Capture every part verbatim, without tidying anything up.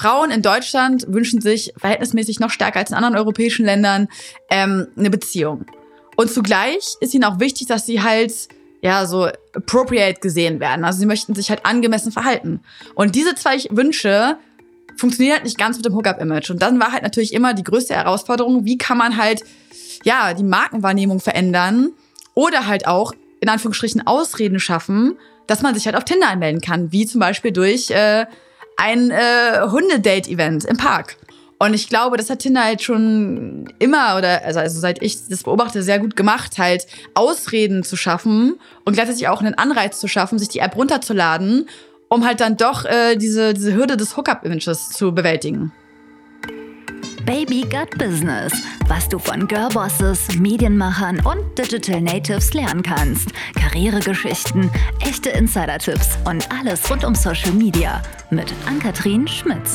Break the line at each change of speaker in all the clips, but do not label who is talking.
Frauen in Deutschland wünschen sich verhältnismäßig noch stärker als in anderen europäischen Ländern ähm, eine Beziehung. Und zugleich ist ihnen auch wichtig, dass sie halt ja so appropriate gesehen werden. Also sie möchten sich halt angemessen verhalten. Und diese zwei Wünsche funktionieren halt nicht ganz mit dem Hookup-Image. Und dann war halt natürlich immer die größte Herausforderung, wie kann man halt ja die Markenwahrnehmung verändern oder halt auch in Anführungsstrichen Ausreden schaffen, dass man sich halt auf Tinder anmelden kann, wie zum Beispiel durch äh, ein äh, Hundedate-Event im Park. Und ich glaube, das hat Tinder halt schon immer, oder also, also seit ich das beobachte, sehr gut gemacht, halt Ausreden zu schaffen und gleichzeitig auch einen Anreiz zu schaffen, sich die App runterzuladen, um halt dann doch äh, diese, diese Hürde des Hookup-Images zu bewältigen.
Baby Got Business. Was du von Girlbosses, Medienmachern und Digital Natives lernen kannst. Karrieregeschichten, echte Insider-Tipps und alles rund um Social Media. Mit Ann-Kathrin Schmitz.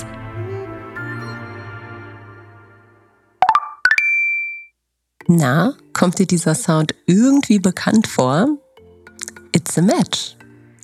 Na, kommt dir dieser Sound irgendwie bekannt vor? It's a match.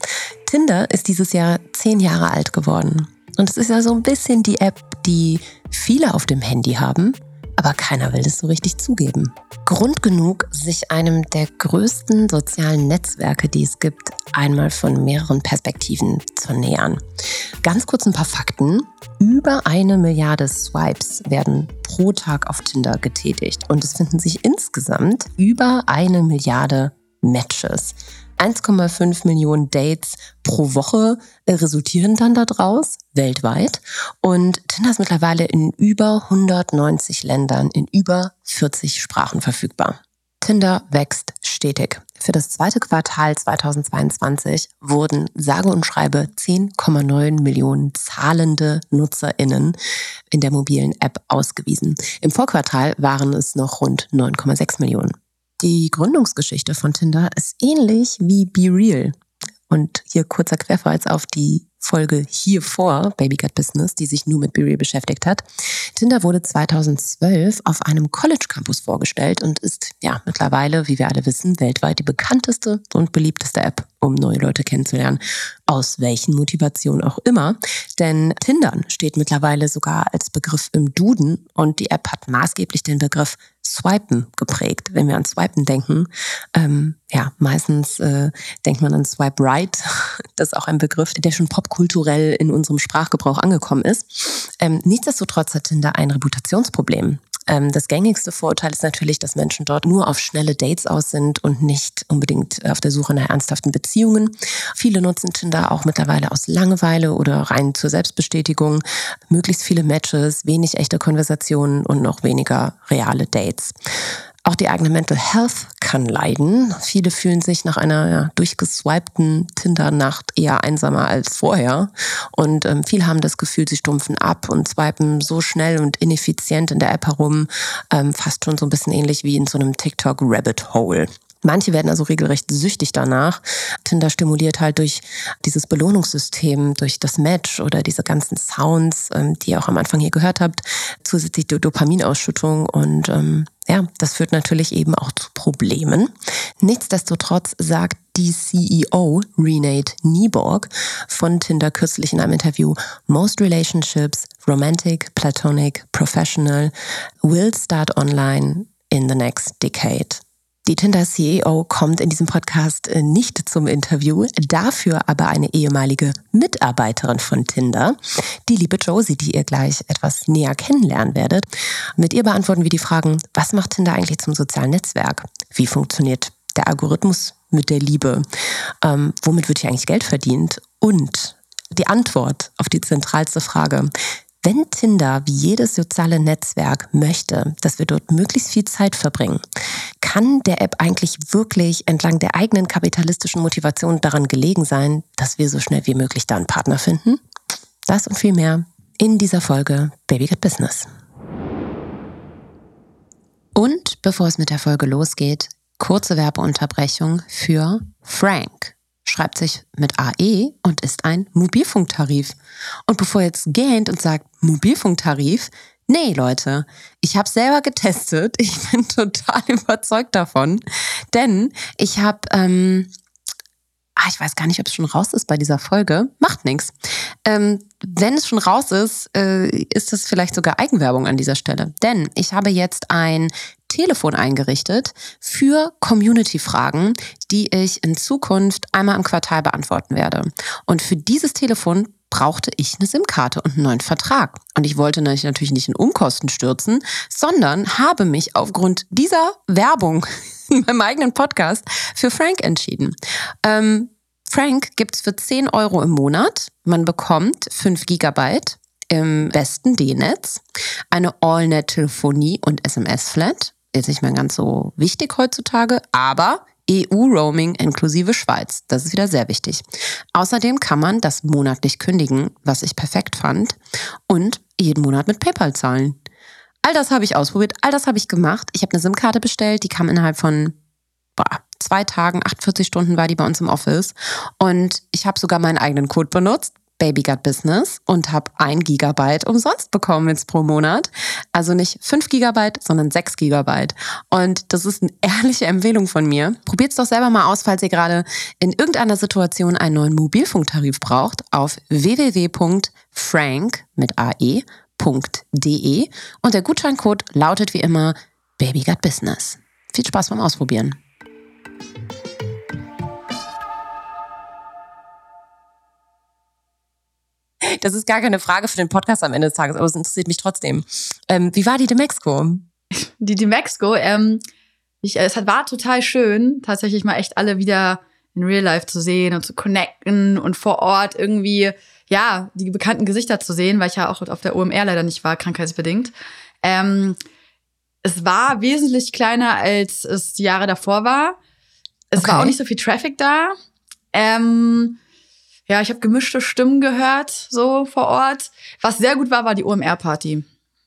Tinder ist dieses Jahr zehn Jahre alt geworden. Und es ist ja so ein bisschen die App, die viele auf dem Handy haben, aber keiner will das so richtig zugeben. Grund genug, sich einem der größten sozialen Netzwerke, die es gibt, einmal von mehreren Perspektiven zu nähern. Ganz kurz ein paar Fakten. Über eine Milliarde Swipes werden pro Tag auf Tinder getätigt und es finden sich insgesamt über eine Milliarde Matches. eins Komma fünf Millionen Dates pro Woche resultieren dann daraus, weltweit. Und Tinder ist mittlerweile in über hundertneunzig Ländern, in über vierzig Sprachen verfügbar. Tinder wächst stetig. Für das zweite Quartal zweitausendzweiundzwanzig wurden sage und schreibe zehn Komma neun Millionen zahlende NutzerInnen in der mobilen App ausgewiesen. Im Vorquartal waren es noch rund neun Komma sechs Millionen. Die Gründungsgeschichte von Tinder ist ähnlich wie BeReal. Und hier kurzer Querverweis auf die Folge hier vor, Baby Got Business, die sich nur mit BeReal beschäftigt hat. Tinder wurde zweitausendzwölf auf einem College-Campus vorgestellt und ist ja mittlerweile, wie wir alle wissen, weltweit die bekannteste und beliebteste App, um neue Leute kennenzulernen. Aus welchen Motivationen auch immer. Denn Tindern steht mittlerweile sogar als Begriff im Duden und die App hat maßgeblich den Begriff Swipen geprägt. Wenn wir an Swipen denken, ähm, ja, meistens äh, denkt man an Swipe Right. Das ist auch ein Begriff, der schon popkulturell in unserem Sprachgebrauch angekommen ist. Ähm, nichtsdestotrotz hat Tinder ein Reputationsproblem. Ähm, das gängigste Vorurteil ist natürlich, dass Menschen dort nur auf schnelle Dates aus sind und nicht unbedingt auf der Suche nach ernsthaften Beziehungen. Viele nutzen Tinder auch mittlerweile aus Langeweile oder rein zur Selbstbestätigung. Möglichst viele Matches, wenig echte Konversationen und noch weniger reale Dates. Auch die eigene Mental Health kann leiden. Viele fühlen sich nach einer ja, durchgeswipten Tinder-Nacht eher einsamer als vorher. Und ähm, viele haben das Gefühl, sie stumpfen ab und swipen so schnell und ineffizient in der App herum, ähm, fast schon so ein bisschen ähnlich wie in so einem TikTok-Rabbit-Hole. Manche werden also regelrecht süchtig danach. Tinder stimuliert halt durch dieses Belohnungssystem, durch das Match oder diese ganzen Sounds, ähm, die ihr auch am Anfang hier gehört habt, zusätzlich die Dopaminausschüttung und ähm, ja, das führt natürlich eben auch zu Problemen. Nichtsdestotrotz sagt die C E O Renate Nyborg von Tinder kürzlich in einem Interview, most relationships, romantic, platonic, professional, will start online in the next decade. Die Tinder-C E O kommt in diesem Podcast nicht zum Interview, dafür aber eine ehemalige Mitarbeiterin von Tinder, die liebe Josie, die ihr gleich etwas näher kennenlernen werdet. Mit ihr beantworten wir die Fragen, was macht Tinder eigentlich zum sozialen Netzwerk? Wie funktioniert der Algorithmus mit der Liebe? Ähm, womit wird hier eigentlich Geld verdient? Und die Antwort auf die zentralste Frage: Wenn Tinder wie jedes soziale Netzwerk möchte, dass wir dort möglichst viel Zeit verbringen, kann der App eigentlich wirklich entlang der eigenen kapitalistischen Motivation daran gelegen sein, dass wir so schnell wie möglich da einen Partner finden? Das und viel mehr in dieser Folge Baby Got Business. Und bevor es mit der Folge losgeht, kurze Werbeunterbrechung für Frank. Schreibt sich mit A E und ist ein Mobilfunktarif. Und bevor ihr jetzt gähnt und sagt, Mobilfunktarif? Nee, Leute, ich habe selber getestet. Ich bin total überzeugt davon. Denn ich habe ähm, ah, ich weiß gar nicht, ob es schon raus ist bei dieser Folge. Macht nichts. Ähm, wenn es schon raus ist, äh, ist es vielleicht sogar Eigenwerbung an dieser Stelle. Denn ich habe jetzt ein Telefon eingerichtet für Community-Fragen, die ich in Zukunft einmal im Quartal beantworten werde. Und für dieses Telefon brauchte ich eine SIM-Karte und einen neuen Vertrag. Und ich wollte natürlich nicht in Umkosten stürzen, sondern habe mich aufgrund dieser Werbung in meinem eigenen Podcast für Frank entschieden. Ähm, Frank gibt's für zehn Euro im Monat. Man bekommt fünf Gigabyte im besten D-Netz, eine All-Net-Telefonie und S M S-Flat. Ist nicht mehr ganz so wichtig heutzutage, aber E U-Roaming inklusive Schweiz. Das ist wieder sehr wichtig. Außerdem kann man das monatlich kündigen, was ich perfekt fand, und jeden Monat mit PayPal zahlen. All das habe ich ausprobiert, all das habe ich gemacht. Ich habe eine SIM-Karte bestellt, die kam innerhalb von boah, zwei Tagen, achtundvierzig Stunden war die bei uns im Office. Und ich habe sogar meinen eigenen Code benutzt, Baby Got Business, und habe ein Gigabyte umsonst bekommen jetzt pro Monat. Also nicht fünf Gigabyte, sondern sechs Gigabyte. Und das ist eine ehrliche Empfehlung von mir. Probiert's doch selber mal aus, falls ihr gerade in irgendeiner Situation einen neuen Mobilfunktarif braucht, auf w w w punkt frank mit ae punkt de, und der Gutscheincode lautet wie immer Baby Got Business. Viel Spaß beim Ausprobieren. Das ist gar keine Frage für den Podcast am Ende des Tages, aber es interessiert mich trotzdem. Ähm, wie war die Demexco?
Die Demexco, ähm, ich, es war total schön, tatsächlich mal echt alle wieder in Real Life zu sehen und zu connecten und vor Ort irgendwie, ja, die bekannten Gesichter zu sehen, weil ich ja auch auf der O M R leider nicht war, krankheitsbedingt. Ähm, es war wesentlich kleiner, als es die Jahre davor war. Es
Okay.
war auch nicht so viel Traffic da. Ähm, ja, ich habe gemischte Stimmen gehört, so vor Ort. Was sehr gut war, war die O M R-Party.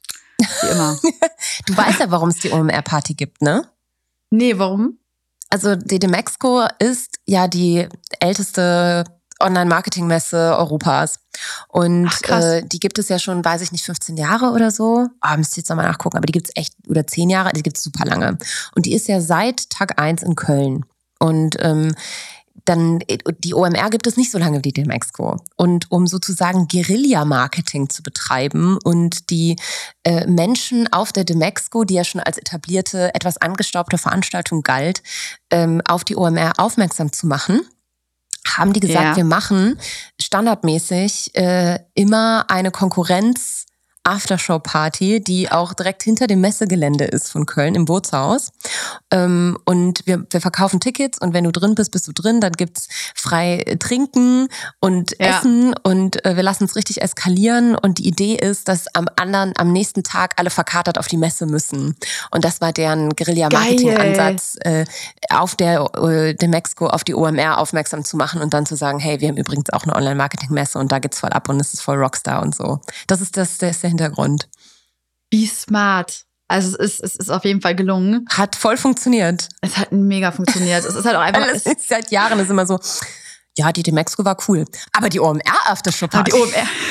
Wie immer.
Du weißt ja, warum es die O M R-Party gibt, ne?
Nee, warum?
Also die Demexco ist ja die älteste Online-Marketing-Messe Europas. Und
Ach, krass.
äh, die gibt es ja schon, weiß ich nicht, fünfzehn Jahre oder so. Ah, müsst ihr jetzt nochmal nachgucken. Aber die gibt es echt, oder zehn Jahre, die gibt es super lange. Und die ist ja seit Tag eins in Köln. Und ähm, dann, die O M R gibt es nicht so lange wie die Demexco. Und um sozusagen Guerilla-Marketing zu betreiben und die äh, Menschen auf der Demexco, die ja schon als etablierte, etwas angestaubte Veranstaltung galt, ähm, auf die O M R aufmerksam zu machen, haben die gesagt,
Ja.
wir machen standardmäßig äh, immer eine Konkurrenz Aftershow-Party, die auch direkt hinter dem Messegelände ist von Köln im Bootshaus. Ähm, und wir, wir verkaufen Tickets, und wenn du drin bist, bist du drin. Dann gibt's frei Trinken und
Ja.
Essen, und äh, wir lassen es richtig eskalieren. Und die Idee ist, dass am anderen, am nächsten Tag alle verkatert auf die Messe müssen. Und das war deren Guerilla-Marketing-Ansatz, äh, auf der äh, Demexco auf die O M R aufmerksam zu machen und dann zu sagen, hey, wir haben übrigens auch eine Online-Marketing-Messe und da geht's voll ab und es ist voll Rockstar und so. Das ist das, das ist der Hintergrund.
Wie smart. Also es ist, es ist auf jeden Fall gelungen.
Hat voll funktioniert.
Es hat mega funktioniert. Es ist halt auch einfach.
Alles
Es,
ist seit Jahren ist immer so, ja, die Demexco war cool. Aber die O M R Aftershow
die
Party.
O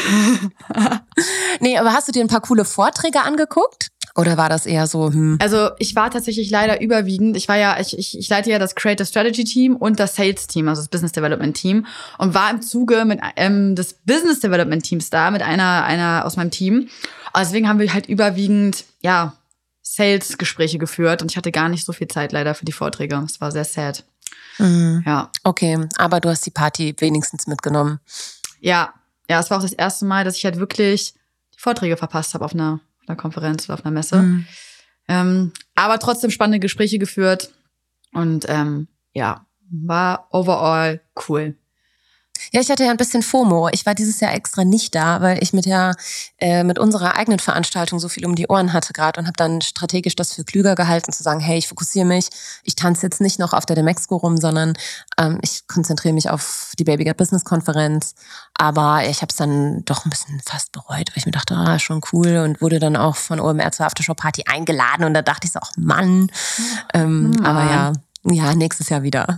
M R.
Nee, aber hast du dir ein paar coole Vorträge angeguckt? Oder war das eher so, hm?
Also ich war tatsächlich leider überwiegend. Ich war ja, ich, ich, ich leite ja das Creative Strategy Team und das Sales Team, also das Business Development Team, und war im Zuge mit ähm, des Business Development Teams da, mit einer, einer aus meinem Team. Also deswegen haben wir halt überwiegend, ja, Sales-Gespräche geführt, und ich hatte gar nicht so viel Zeit leider für die Vorträge. Es war sehr sad.
Mhm.
Ja.
Okay, aber du hast die Party wenigstens mitgenommen.
Ja, ja, es war auch das erste Mal, dass ich halt wirklich die Vorträge verpasst habe auf einer, auf einer Konferenz oder auf einer Messe.
Mhm.
Ähm, aber trotzdem spannende Gespräche geführt. Und ähm, ja, war overall cool.
Ja, ich hatte ja ein bisschen FOMO. Ich war dieses Jahr extra nicht da, weil ich mit der äh, mit unserer eigenen Veranstaltung so viel um die Ohren hatte gerade, und habe dann strategisch das für klüger gehalten, zu sagen, hey, ich fokussiere mich, ich tanze jetzt nicht noch auf der Demexco rum, sondern ähm, ich konzentriere mich auf die Baby Got Business Konferenz. Aber ich habe es dann doch ein bisschen fast bereut, weil ich mir dachte, ah, schon cool, und wurde dann auch von O M R zur Aftershow Party eingeladen, und da dachte ich so, ach Mann. Ähm,
Mann.
aber ja, ja, nächstes Jahr wieder.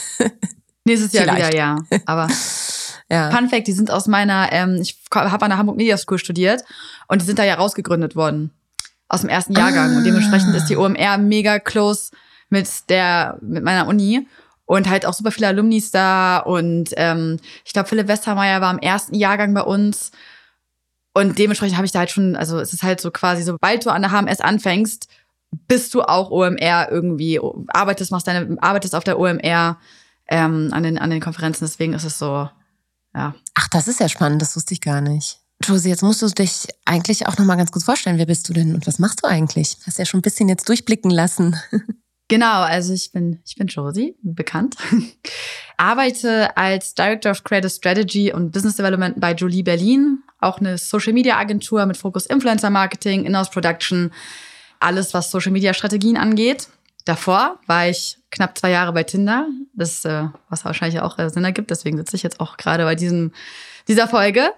Nächstes Jahr
Vielleicht.
wieder, ja. Aber
Ja.
Fun Fact, die sind aus meiner, ähm, ich habe an der Hamburg Media School studiert, und die sind da ja rausgegründet worden. Aus dem ersten Jahrgang.
Ah.
Und dementsprechend ist die O M R mega close mit der, mit meiner Uni. Und halt auch super viele Alumnis da. Und ähm, ich glaube, Philipp Westermeier war im ersten Jahrgang bei uns. Und dementsprechend habe ich da halt schon, also es ist halt so quasi, sobald du an der H M S anfängst, bist du auch O M R irgendwie, arbeitest, machst deine, arbeitest auf der O M R ähm, an den, an den Konferenzen. Deswegen ist es so, ja.
Ach, das ist ja spannend, das wusste ich gar nicht. Josie, jetzt musst du dich eigentlich auch noch mal ganz kurz vorstellen. Wer bist du denn und was machst du eigentlich? Hast ja schon ein bisschen jetzt durchblicken lassen.
Genau, also ich bin, ich bin Josie, bekannt. Arbeite als Director of Creative Strategy und Business Development bei Jolie Berlin. Auch eine Social-Media-Agentur mit Fokus Influencer-Marketing, Inhouse-Production, alles, was Social-Media-Strategien angeht. Davor war ich knapp zwei Jahre bei Tinder, das äh, was wahrscheinlich auch äh, Sinn ergibt. Deswegen sitze ich jetzt auch gerade bei diesem, dieser Folge.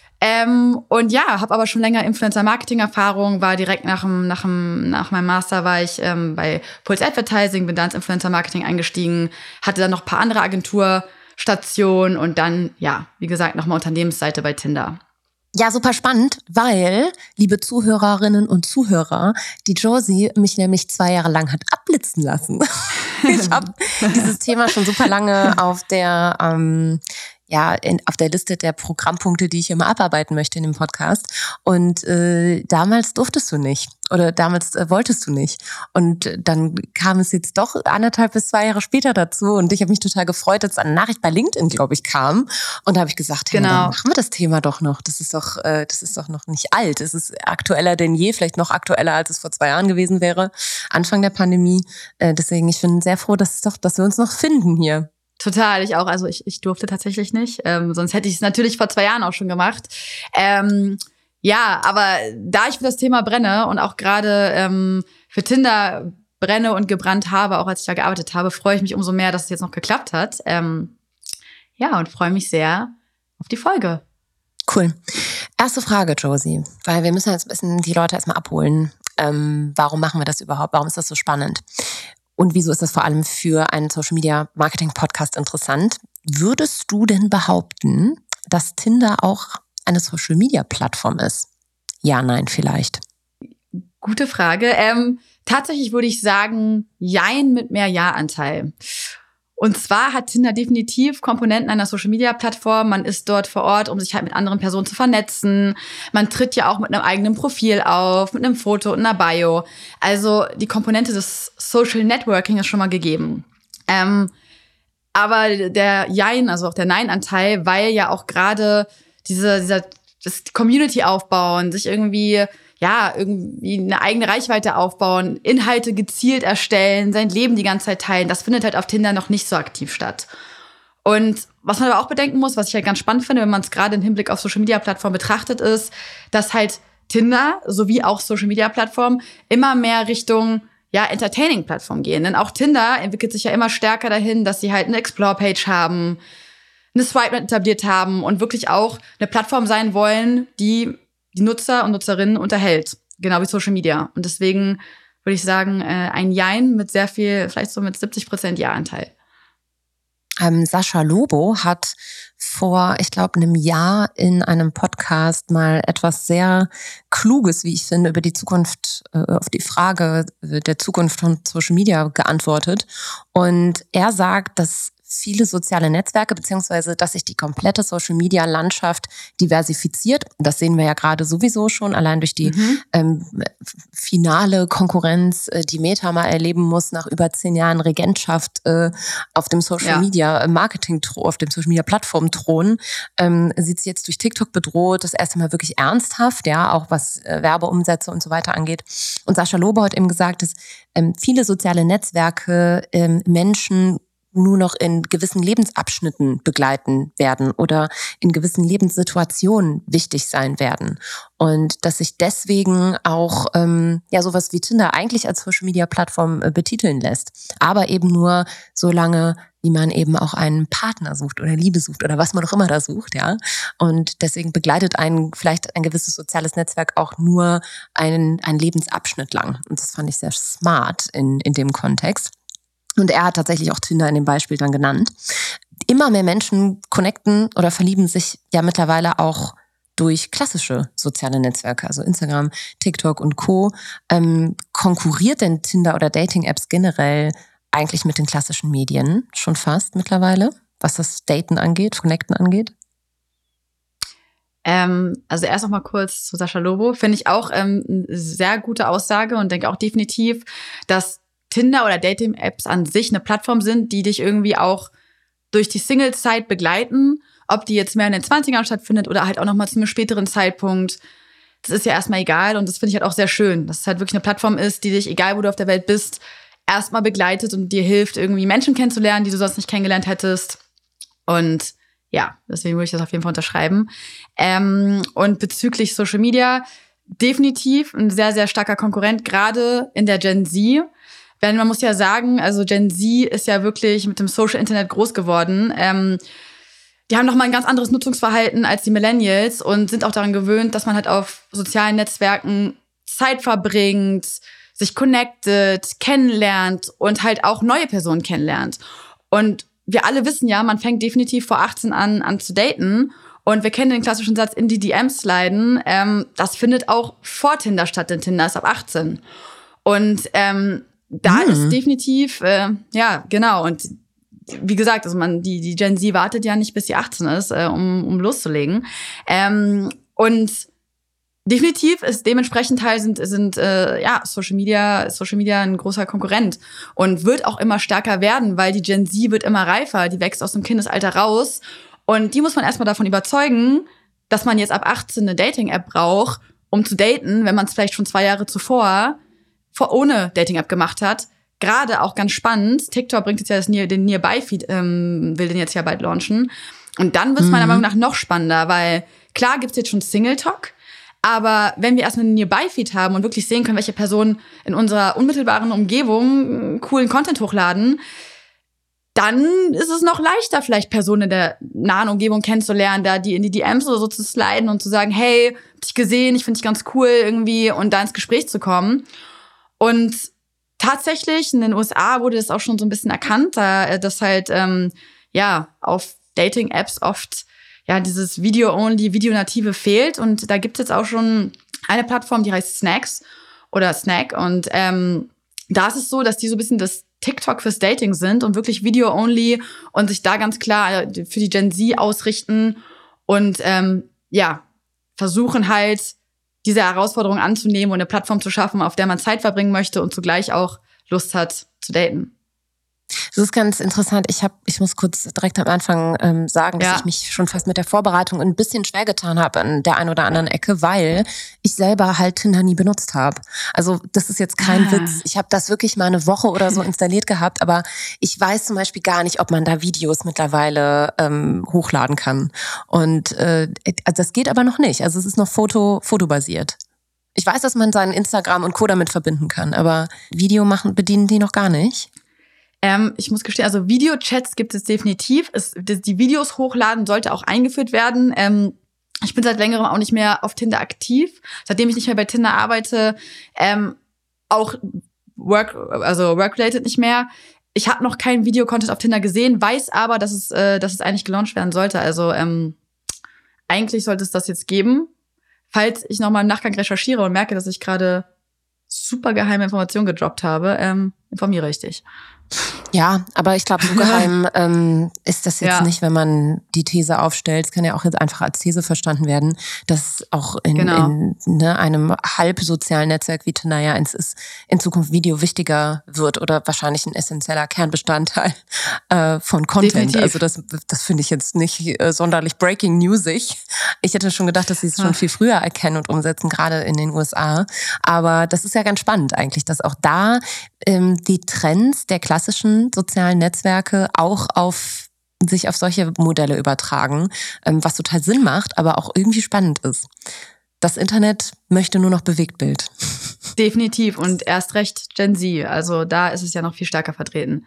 Ähm, und ja, habe aber schon länger Influencer-Marketing-Erfahrung, war direkt nach dem, nach dem, nach meinem Master war ich ähm, bei Pulse Advertising, bin dann ins Influencer-Marketing eingestiegen, hatte dann noch ein paar andere Agenturstationen und dann, ja, wie gesagt, nochmal Unternehmensseite bei Tinder.
Ja, super spannend, weil, liebe Zuhörerinnen und Zuhörer, die Josie mich nämlich zwei Jahre lang hat abblitzen lassen. Ich habe dieses Thema schon super lange auf der ähm, ja in, auf der Liste der Programmpunkte, die ich immer abarbeiten möchte in dem Podcast. Und äh, damals durftest du nicht oder damals äh, wolltest du nicht. Und dann kam es jetzt doch anderthalb bis zwei Jahre später dazu. Und ich habe mich total gefreut, als eine Nachricht bei LinkedIn, glaube ich, kam. Und da habe ich gesagt, hey,
genau.
Dann machen wir das Thema doch noch. Das ist doch, äh, das ist doch noch nicht alt. Es ist aktueller denn je, vielleicht noch aktueller, als es vor zwei Jahren gewesen wäre, Anfang der Pandemie. Äh, deswegen, ich bin sehr froh, dass es doch, dass wir uns noch finden hier.
Total, ich auch. Also ich, ich durfte tatsächlich nicht. Ähm, sonst hätte ich es natürlich vor zwei Jahren auch schon gemacht. Ähm, ja, aber da ich für das Thema brenne und auch gerade ähm, für Tinder brenne und gebrannt habe, auch als ich da gearbeitet habe, freue ich mich umso mehr, dass es jetzt noch geklappt hat. Ähm, ja, und freue mich sehr auf die Folge.
Cool. Erste Frage, Josie, weil wir müssen jetzt ein bisschen die Leute erstmal abholen. Ähm, warum machen wir das überhaupt? Warum ist das so spannend? Und wieso ist das vor allem für einen Social-Media-Marketing-Podcast interessant? Würdest du denn behaupten, dass Tinder auch eine Social-Media-Plattform ist? Ja, nein, vielleicht.
Gute Frage. Ähm, tatsächlich würde ich sagen, jein mit mehr Ja-Anteil. Und zwar hat Tinder definitiv Komponenten einer Social-Media-Plattform. Man ist dort vor Ort, um sich halt mit anderen Personen zu vernetzen. Man tritt ja auch mit einem eigenen Profil auf, mit einem Foto und einer Bio. Also die Komponente des Social Networking ist schon mal gegeben. Ähm, aber der Jein, also auch der Nein-Anteil, weil ja auch gerade diese, dieser das Community aufbauen, sich irgendwie ja, irgendwie eine eigene Reichweite aufbauen, Inhalte gezielt erstellen, sein Leben die ganze Zeit teilen, das findet halt auf Tinder noch nicht so aktiv statt. Und was man aber auch bedenken muss, was ich halt ganz spannend finde, wenn man es gerade im Hinblick auf Social-Media-Plattformen betrachtet, ist, dass halt Tinder sowie auch Social-Media-Plattformen immer mehr Richtung ja, Entertaining-Plattform gehen. Denn auch Tinder entwickelt sich ja immer stärker dahin, dass sie halt eine Explore-Page haben, eine Swipe etabliert haben und wirklich auch eine Plattform sein wollen, die die Nutzer und Nutzerinnen unterhält. Genau wie Social Media. Und deswegen würde ich sagen, äh, ein Jein mit sehr viel, vielleicht so mit siebzig Prozent Ja-Anteil.
Ähm, Sascha Lobo hat vor, ich glaube, einem Jahr in einem Podcast mal etwas sehr Kluges, wie ich finde, über die Zukunft, äh, auf die Frage der Zukunft von Social Media geantwortet. Und er sagt, dass viele soziale Netzwerke, beziehungsweise dass sich die komplette Social-Media-Landschaft diversifiziert. Das sehen wir ja gerade sowieso schon, allein durch die mhm. ähm, finale Konkurrenz, äh, die Meta mal erleben muss nach über zehn Jahren Regentschaft äh, auf dem Social-Media-Marketing, auf dem Social-Media-Plattform-Thron, ähm, sieht sie jetzt durch TikTok bedroht, das erste Mal wirklich ernsthaft, ja, auch was äh, Werbeumsätze und so weiter angeht. Und Sascha Lobo hat eben gesagt, dass ähm, viele soziale Netzwerke ähm, Menschen nur noch in gewissen Lebensabschnitten begleiten werden oder in gewissen Lebenssituationen wichtig sein werden. Und dass sich deswegen auch ähm, ja sowas wie Tinder eigentlich als Social-Media-Plattform äh, betiteln lässt. Aber eben nur so lange, wie man eben auch einen Partner sucht oder Liebe sucht oder was man auch immer da sucht, ja. Und deswegen begleitet einen vielleicht ein gewisses soziales Netzwerk auch nur einen, einen Lebensabschnitt lang. Und das fand ich sehr smart in, in dem Kontext. Und er hat tatsächlich auch Tinder in dem Beispiel dann genannt. Immer mehr Menschen connecten oder verlieben sich ja mittlerweile auch durch klassische soziale Netzwerke, also Instagram, TikTok und Co. Ähm, konkurriert denn Tinder oder Dating-Apps generell eigentlich mit den klassischen Medien schon fast mittlerweile, was das Daten angeht, Connecten angeht?
Ähm, also erst noch mal kurz zu Sascha Lobo. Finde ich auch ähm, eine sehr gute Aussage und denke auch definitiv, dass Tinder oder Dating-Apps an sich eine Plattform sind, die dich irgendwie auch durch die Single-Zeit begleiten. Ob die jetzt mehr in den zwanzigern stattfindet oder halt auch noch mal zu einem späteren Zeitpunkt. Das ist ja erstmal egal und das finde ich halt auch sehr schön, dass es halt wirklich eine Plattform ist, die dich, egal wo du auf der Welt bist, erstmal begleitet und dir hilft, irgendwie Menschen kennenzulernen, die du sonst nicht kennengelernt hättest. Und ja, deswegen würde ich das auf jeden Fall unterschreiben. Ähm, und bezüglich Social Media, definitiv ein sehr, sehr starker Konkurrent, gerade in der Gen Z. Denn man muss ja sagen, also Gen Z ist ja wirklich mit dem Social Internet groß geworden. Ähm, die haben noch mal ein ganz anderes Nutzungsverhalten als die Millennials und sind auch daran gewöhnt, dass man halt auf sozialen Netzwerken Zeit verbringt, sich connectet, kennenlernt und halt auch neue Personen kennenlernt. Und wir alle wissen ja, man fängt definitiv vor achtzehn an, an zu daten. Und wir kennen den klassischen Satz, in die D Ms sliden. Ähm, das findet auch vor Tinder statt, denn Tinder ist ab achtzehn. Und ähm, da mhm. ist definitiv, äh, ja, genau. Und wie gesagt, also man, die, die Gen Z wartet ja nicht, bis sie achtzehn ist, äh, um, um loszulegen. Ähm, und definitiv ist dementsprechend halt sind, sind äh, ja, Social Media, Social Media ein großer Konkurrent und wird auch immer stärker werden, weil die Gen Z wird immer reifer, die wächst aus dem Kindesalter raus. Und die muss man erstmal davon überzeugen, dass man jetzt ab achtzehn eine Dating-App braucht, um zu daten, wenn man es vielleicht schon zwei Jahre zuvor vor, ohne Dating-App gemacht hat. Gerade auch ganz spannend, TikTok bringt jetzt ja das Near, den Nearby-Feed, ähm, will den jetzt ja bald launchen. Und dann wird es mhm. meiner Meinung nach noch spannender, weil klar gibt's jetzt schon Single-Talk, aber wenn wir erstmal einen Nearby-Feed haben und wirklich sehen können, welche Personen in unserer unmittelbaren Umgebung coolen Content hochladen, dann ist es noch leichter, vielleicht Personen in der nahen Umgebung kennenzulernen, da die in die D Ms oder so zu sliden und zu sagen, hey, hab dich gesehen, ich finde dich ganz cool irgendwie und da ins Gespräch zu kommen. Und tatsächlich in den U S A wurde das auch schon so ein bisschen erkannt, da dass halt ähm, ja auf Dating-Apps oft ja dieses Video-only, Videonative fehlt. Und da gibt's jetzt auch schon eine Plattform, die heißt Snacks oder Snack. Und ähm, da ist es so, dass die so ein bisschen das TikTok fürs Dating sind und wirklich Video-only und sich da ganz klar für die Gen Z ausrichten und ähm, ja versuchen halt diese Herausforderung anzunehmen und eine Plattform zu schaffen, auf der man Zeit verbringen möchte und zugleich auch Lust hat zu daten.
Das ist ganz interessant. Ich habe, ich muss kurz direkt am Anfang ähm, sagen, dass ja. ich mich schon fast mit der Vorbereitung ein bisschen schwer getan habe an der einen oder anderen Ecke, weil ich selber halt Tinder nie benutzt habe. Also das ist jetzt kein ah. Witz. Ich habe das wirklich mal eine Woche oder so installiert gehabt, aber ich weiß zum Beispiel gar nicht, ob man da Videos mittlerweile ähm, hochladen kann. Und äh, das geht aber noch nicht. Also es ist noch Foto, fotobasiert. Ich weiß, dass man seinen Instagram und Co. damit verbinden kann, aber Video machen bedienen die noch gar nicht.
Ähm, ich muss gestehen, also Videochats gibt es definitiv. Es, die Videos hochladen sollte auch eingeführt werden. Ähm, ich bin seit längerem auch nicht mehr auf Tinder aktiv. Seitdem ich nicht mehr bei Tinder arbeite, ähm, auch work, also work-related nicht mehr. Ich habe noch keinen Videocontent auf Tinder gesehen, weiß aber, dass es, äh, dass es eigentlich gelauncht werden sollte. Also ähm, eigentlich sollte es das jetzt geben. Falls ich noch mal im Nachgang recherchiere und merke, dass ich gerade super geheime Informationen gedroppt habe, ähm, informiere ich dich.
Ja, aber ich glaube, so geheim ähm, ist das jetzt ja. nicht, wenn man die These aufstellt. Es kann ja auch jetzt einfach als These verstanden werden, dass auch in, genau. in ne, einem halb sozialen Netzwerk wie Tinder ja eins ist, in Zukunft Video wichtiger wird oder wahrscheinlich ein essentieller Kernbestandteil äh, von Content. Definitiv. Also das, das finde ich jetzt nicht äh, sonderlich breaking newsig. Ich hätte schon gedacht, dass sie es schon viel früher erkennen und umsetzen, gerade in den U S A. Aber das ist ja ganz spannend eigentlich, dass auch da ähm, die Trends der klassischen sozialen Netzwerke auch auf sich auf solche Modelle übertragen, was total Sinn macht, aber auch irgendwie spannend ist. Das Internet möchte nur noch Bewegtbild.
Definitiv und erst recht Gen Z. Also da ist es ja noch viel stärker vertreten.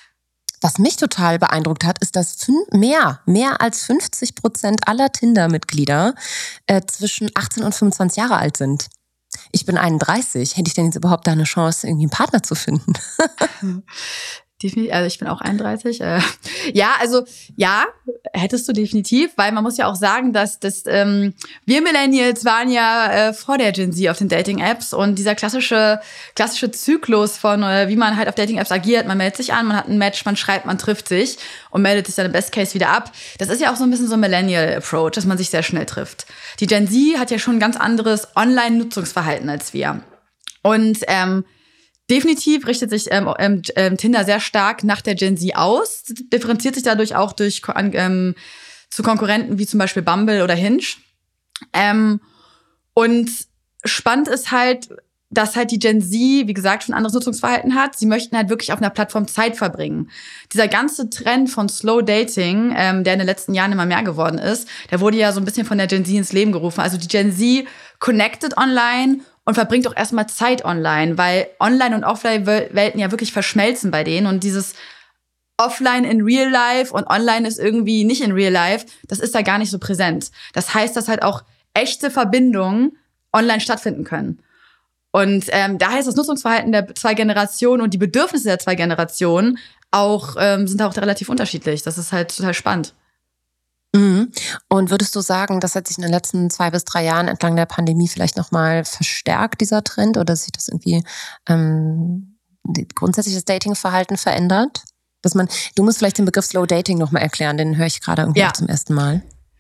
Was mich total beeindruckt hat, ist, dass mehr, mehr als fünfzig Prozent aller Tinder-Mitglieder äh, zwischen achtzehn und fünfundzwanzig Jahre alt sind. Ich bin einunddreißig. Hätte ich denn jetzt überhaupt da eine Chance, irgendwie einen Partner zu finden?
definitiv. Also ich bin auch einunddreißig. Äh, ja, also ja, hättest du definitiv, weil man muss ja auch sagen, dass das ähm, wir Millennials waren ja äh, vor der Gen Z auf den Dating-Apps und dieser klassische klassische Zyklus von äh, wie man halt auf Dating-Apps agiert, man meldet sich an, man hat ein Match, man schreibt, man trifft sich und meldet sich dann im Best Case wieder ab. Das ist ja auch so ein bisschen so ein Millennial-Approach, dass man sich sehr schnell trifft. Die Gen Z hat ja schon ein ganz anderes Online-Nutzungsverhalten als wir. Und ähm, definitiv richtet sich ähm, ähm, Tinder sehr stark nach der Gen Z aus, differenziert sich dadurch auch durch ähm, zu Konkurrenten wie zum Beispiel Bumble oder Hinge. Ähm, und spannend ist halt, dass halt die Gen Z, wie gesagt, schon ein anderes Nutzungsverhalten hat. Sie möchten halt wirklich auf einer Plattform Zeit verbringen. Dieser ganze Trend von Slow Dating, ähm, der in den letzten Jahren immer mehr geworden ist, der wurde ja so ein bisschen von der Gen Z ins Leben gerufen. Also die Gen Z connected online und verbringt auch erstmal Zeit online, weil Online- und Offline-Welten ja wirklich verschmelzen bei denen. Und dieses Offline in Real Life und Online ist irgendwie nicht in Real Life, das ist da gar nicht so präsent. Das heißt, dass halt auch echte Verbindungen online stattfinden können. Und ähm, daher ist das Nutzungsverhalten der zwei Generationen und die Bedürfnisse der zwei Generationen auch ähm, sind auch relativ unterschiedlich. Das ist halt total spannend.
Mhm. Und würdest du sagen, das hat sich in den letzten zwei bis drei Jahren entlang der Pandemie vielleicht nochmal verstärkt, dieser Trend, oder sich das irgendwie ähm, grundsätzlich das Datingverhalten verändert? Dass man, du musst vielleicht den Begriff Slow Dating nochmal erklären, den höre ich gerade irgendwie
ja.
auch zum ersten Mal.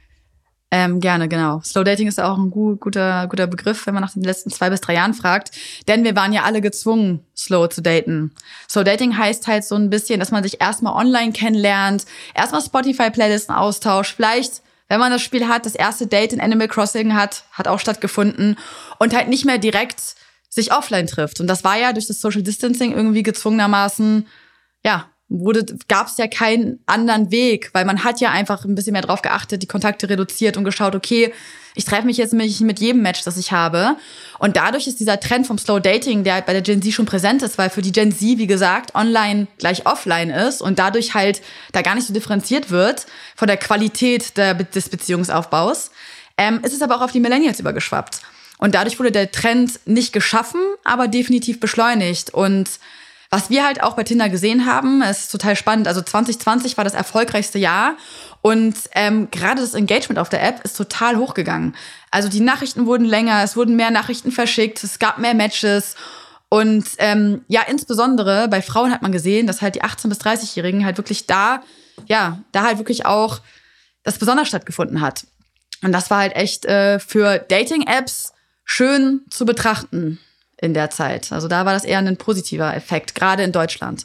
Ähm, gerne, genau. Slow Dating ist auch ein gut, guter, guter Begriff, wenn man nach den letzten zwei bis drei Jahren fragt. Denn wir waren ja alle gezwungen, slow zu daten. Slow Dating heißt halt so ein bisschen, dass man sich erstmal online kennenlernt, erstmal Spotify-Playlisten austauscht, vielleicht, wenn man das Spiel hat, das erste Date in Animal Crossing hat, hat auch stattgefunden und halt nicht mehr direkt sich offline trifft. Und das war ja durch das Social Distancing irgendwie gezwungenermaßen, ja, wurde, gab es ja keinen anderen Weg, weil man hat ja einfach ein bisschen mehr drauf geachtet, die Kontakte reduziert und geschaut, okay, ich treffe mich jetzt nicht mit jedem Match, das ich habe. Und dadurch ist dieser Trend vom Slow Dating, der halt bei der Gen Z schon präsent ist, weil für die Gen Z, wie gesagt, online gleich offline ist und dadurch halt da gar nicht so differenziert wird von der Qualität der, des Beziehungsaufbaus, ähm, ist es aber auch auf die Millennials übergeschwappt. Und dadurch wurde der Trend nicht geschaffen, aber definitiv beschleunigt. Und was wir halt auch bei Tinder gesehen haben, ist total spannend. Also zwanzig zwanzig war das erfolgreichste Jahr und ähm, gerade das Engagement auf der App ist total hochgegangen. Also die Nachrichten wurden länger, es wurden mehr Nachrichten verschickt, es gab mehr Matches und ähm, ja, insbesondere bei Frauen hat man gesehen, dass halt die achtzehn- bis dreißig-Jährigen halt wirklich da, ja, da halt wirklich auch das besonders stattgefunden hat. Und das war halt echt äh, für Dating-Apps schön zu betrachten in der Zeit. Also da war das eher ein positiver Effekt, gerade in Deutschland.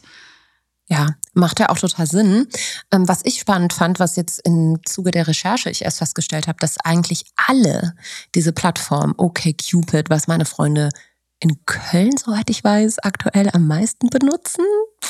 Ja, macht ja auch total Sinn. Ähm, was ich spannend fand, was jetzt im Zuge der Recherche ich erst festgestellt habe, dass eigentlich alle diese Plattform OkCupid, was meine Freunde in Köln, soweit ich weiß, aktuell am meisten benutzen.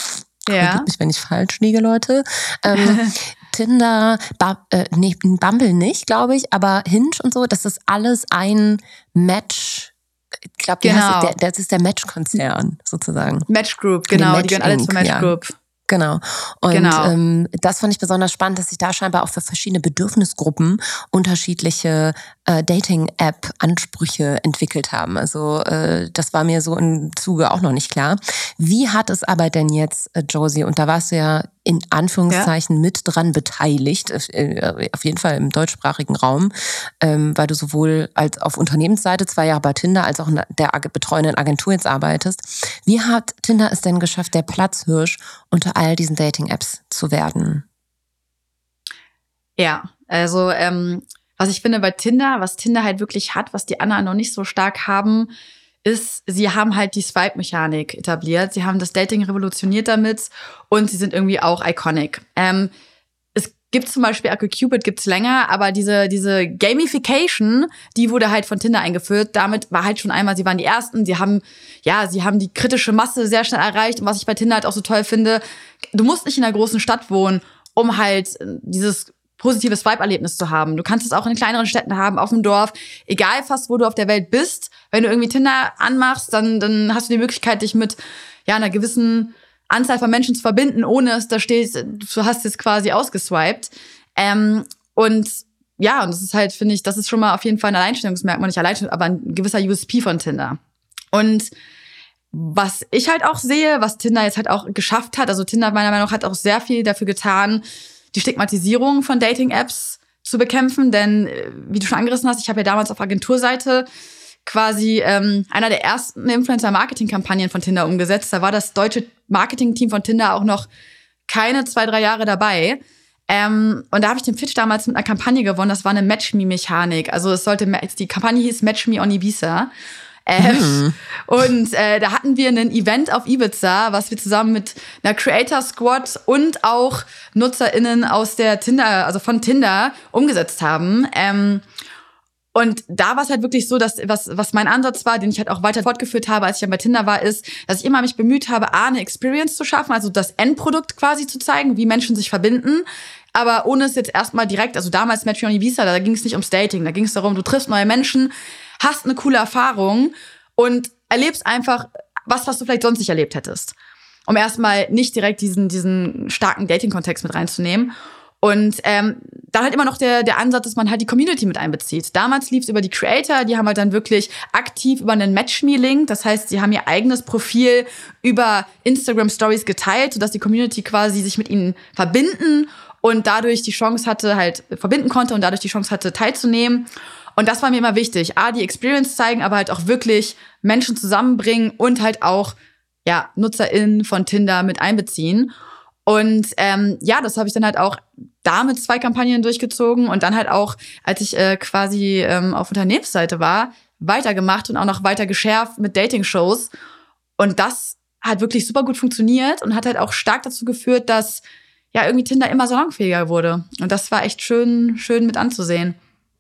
Ja.
Korrigiert mich, wenn ich falsch liege, Leute. Ähm, Tinder, ba- äh, nee, Bumble nicht, glaube ich, aber Hinge und so, das ist alles ein Match. Ich glaube,
genau.
das, das ist der Match-Konzern sozusagen.
Match Group, genau. Die,
die
gehören alle zur Match
ja.
Group.
Genau. Und
genau.
Ähm, das fand ich besonders spannend, dass sich da scheinbar auch für verschiedene Bedürfnisgruppen unterschiedliche äh, Dating-App-Ansprüche entwickelt haben. Also äh, das war mir so im Zuge auch noch nicht klar. Wie hat es aber denn jetzt, äh, Josie, und da warst du ja in Anführungszeichen ja. mit dran beteiligt, äh, auf jeden Fall im deutschsprachigen Raum, ähm, weil du sowohl als auf Unternehmensseite zwei Jahre bei Tinder als auch in der betreuenden Agentur jetzt arbeitest. Wie hat Tinder es denn geschafft, der Platzhirsch unter all diesen Dating-Apps zu werden?
Ja, also ähm, was ich finde bei Tinder, was Tinder halt wirklich hat, was die anderen noch nicht so stark haben, ist, sie haben halt die Swipe-Mechanik etabliert. Sie haben das Dating revolutioniert damit und sie sind irgendwie auch iconic. Ähm, es gibt zum Beispiel OkCupid gibt's länger, aber diese diese Gamification, die wurde halt von Tinder eingeführt. Damit war halt schon einmal, sie waren die Ersten, sie haben ja, sie haben die kritische Masse sehr schnell erreicht. Und was ich bei Tinder halt auch so toll finde, du musst nicht in einer großen Stadt wohnen, um halt dieses positives Swipe-Erlebnis zu haben. Du kannst es auch in kleineren Städten haben, auf dem Dorf, egal fast, wo du auf der Welt bist. Wenn du irgendwie Tinder anmachst, dann, dann hast du die Möglichkeit, dich mit ja einer gewissen Anzahl von Menschen zu verbinden, ohne dass da steht, du hast jetzt quasi ausgeswiped. Ähm, und ja, und das ist halt, finde ich, das ist schon mal auf jeden Fall ein Alleinstellungsmerkmal, nicht Alleinstellung, aber ein gewisser U S P von Tinder. Und was ich halt auch sehe, was Tinder jetzt halt auch geschafft hat, also Tinder meiner Meinung nach hat auch sehr viel dafür getan, die Stigmatisierung von Dating-Apps zu bekämpfen, denn wie du schon angerissen hast, ich habe ja damals auf Agenturseite quasi ähm, einer der ersten Influencer-Marketing-Kampagnen von Tinder umgesetzt. Da war das deutsche Marketing-Team von Tinder auch noch keine zwei, drei Jahre dabei. Ähm, und da habe ich den Pitch damals mit einer Kampagne gewonnen. Das war eine Match-Me-Mechanik. Also es sollte, die Kampagne hieß Match Me on Ibiza. Ähm, hm. Und äh, da hatten wir ein Event auf Ibiza, was wir zusammen mit einer Creator Squad und auch NutzerInnen aus der Tinder, also von Tinder, umgesetzt haben. Ähm, Und da war es halt wirklich so, dass was was mein Ansatz war, den ich halt auch weiter fortgeführt habe, als ich dann bei Tinder war, ist, dass ich immer mich bemüht habe, A, eine Experience zu schaffen, also das Endprodukt quasi zu zeigen, wie Menschen sich verbinden, aber ohne es jetzt erstmal direkt, also damals Match Me on Ibiza, da ging es nicht ums Dating, da ging es darum, du triffst neue Menschen, hast eine coole Erfahrung und erlebst einfach was, was du vielleicht sonst nicht erlebt hättest. Um erstmal nicht direkt diesen diesen starken Dating-Kontext mit reinzunehmen. Und ähm, dann halt immer noch der der Ansatz, dass man halt die Community mit einbezieht. Damals lief es über die Creator, die haben halt dann wirklich aktiv über einen Match-Me-Link, das heißt, sie haben ihr eigenes Profil über Instagram-Stories geteilt, sodass die Community quasi sich mit ihnen verbinden und dadurch die Chance hatte, halt verbinden konnte und dadurch die Chance hatte, teilzunehmen. Und das war mir immer wichtig. A, die Experience zeigen, aber halt auch wirklich Menschen zusammenbringen und halt auch ja NutzerInnen von Tinder mit einbeziehen. Und ähm, ja, das habe ich dann halt auch damit zwei Kampagnen durchgezogen und dann halt auch, als ich äh, quasi ähm, auf Unternehmensseite war, weitergemacht und auch noch weiter geschärft mit Dating-Shows. Und das hat wirklich super gut funktioniert und hat halt auch stark dazu geführt, dass ja irgendwie Tinder immer salonfähiger wurde. Und das war echt schön, schön mit anzusehen.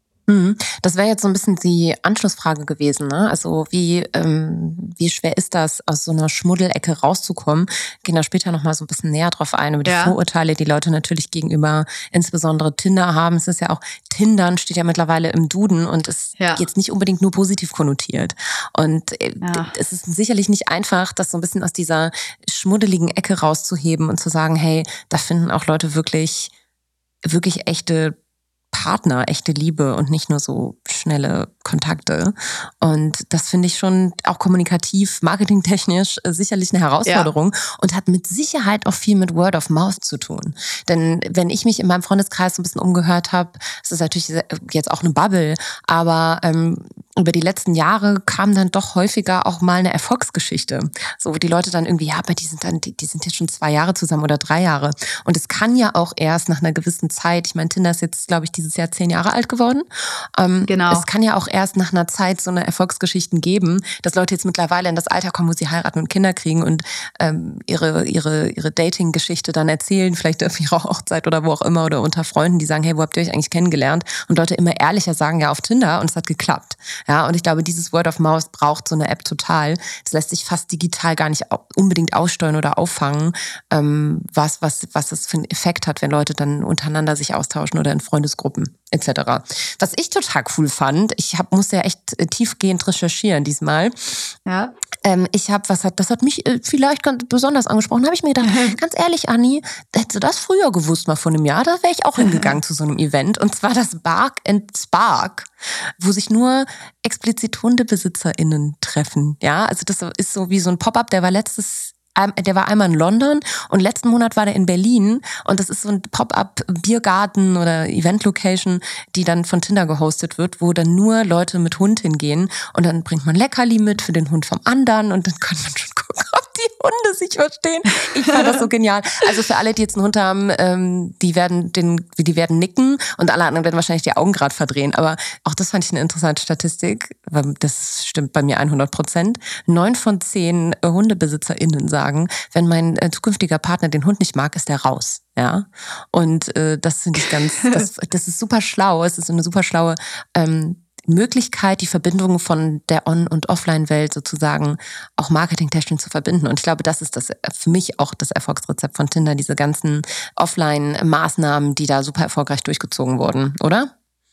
Das wäre jetzt so ein bisschen die Anschlussfrage gewesen, ne? Also wie ähm, wie schwer ist das, aus so einer Schmuddelecke rauszukommen? Gehen da später noch mal so ein bisschen näher drauf ein, über die ja. Vorurteile, die Leute natürlich gegenüber insbesondere Tinder haben. Es ist ja auch, Tindern steht ja mittlerweile im Duden und ist ja. jetzt nicht unbedingt nur positiv konnotiert. Und äh, ja. es ist sicherlich nicht einfach, das so ein bisschen aus dieser schmuddeligen Ecke rauszuheben und zu sagen, hey, da finden auch Leute wirklich, wirklich echte Partner, echte Liebe und nicht nur so schnelle Kontakte. Und das finde ich schon auch kommunikativ, marketingtechnisch sicherlich eine Herausforderung ja. und hat mit Sicherheit auch viel mit Word of Mouth zu tun. Denn wenn ich mich in meinem Freundeskreis so ein bisschen umgehört habe, es ist natürlich jetzt auch eine Bubble, aber ähm, über die letzten Jahre kam dann doch häufiger auch mal eine Erfolgsgeschichte. So, wo die Leute dann irgendwie, ja, aber die sind dann, die, die sind jetzt schon zwei Jahre zusammen oder drei Jahre. Und es kann ja auch erst nach einer gewissen Zeit, ich meine, Tinder ist jetzt, glaube ich, dieses Jahr zehn Jahre alt geworden. Ähm, genau. Es kann ja auch erst nach einer Zeit so eine Erfolgsgeschichten geben, dass Leute jetzt mittlerweile in das Alter kommen, wo sie heiraten und Kinder kriegen und ähm, ihre ihre ihre Dating-Geschichte dann erzählen, vielleicht auf ihrer Hochzeit oder wo auch immer oder unter Freunden, die sagen, hey, wo habt ihr euch eigentlich kennengelernt? Und Leute immer ehrlicher sagen, ja, auf Tinder, und es hat geklappt. Ja, und ich glaube, dieses Word of Mouth braucht so eine App total. Das lässt sich fast digital gar nicht unbedingt aussteuern oder auffangen, ähm, was was was das für einen Effekt hat, wenn Leute dann untereinander sich austauschen oder in Freundesgruppen et cetera. Was ich total cool fand, ich hab, musste ja echt tiefgehend recherchieren diesmal. Ja. Ähm, ich habe, was hat, das hat mich vielleicht ganz besonders angesprochen, habe ich mir gedacht, ganz ehrlich, Anni, hättest du das früher gewusst, mal vor einem Jahr, da wäre ich auch hingegangen zu so einem Event. Und zwar das Bark and Spark, wo sich nur explizit HundebesitzerInnen treffen. Ja, also das ist so wie so ein Pop-up, der war letztes Der war einmal in London und letzten Monat war der in Berlin und das ist so ein Pop-up-Biergarten oder Event-Location, die dann von Tinder gehostet wird, wo dann nur Leute mit Hund hingehen und dann bringt man Leckerli mit für den Hund vom anderen und dann kann man schon gucken, ob die Hunde sich verstehen. Ich fand das so genial. Also für alle, die jetzt einen Hund haben, ähm, die werden den, die werden nicken und alle anderen werden wahrscheinlich die Augen gerade verdrehen. Aber auch das fand ich eine interessante Statistik. Das stimmt bei mir hundert Prozent. Neun von zehn HundebesitzerInnen sagen, wenn mein äh, zukünftiger Partner den Hund nicht mag, ist der raus. Ja. Und äh, das finde ich ganz, das, das ist super schlau. Es ist eine super schlaue ähm, Möglichkeit, die Verbindung von der On- und Offline-Welt sozusagen auch marketingtechnisch zu verbinden. Und ich glaube, das ist das für mich auch das Erfolgsrezept von Tinder, diese ganzen Offline-Maßnahmen, die da super erfolgreich durchgezogen wurden, oder?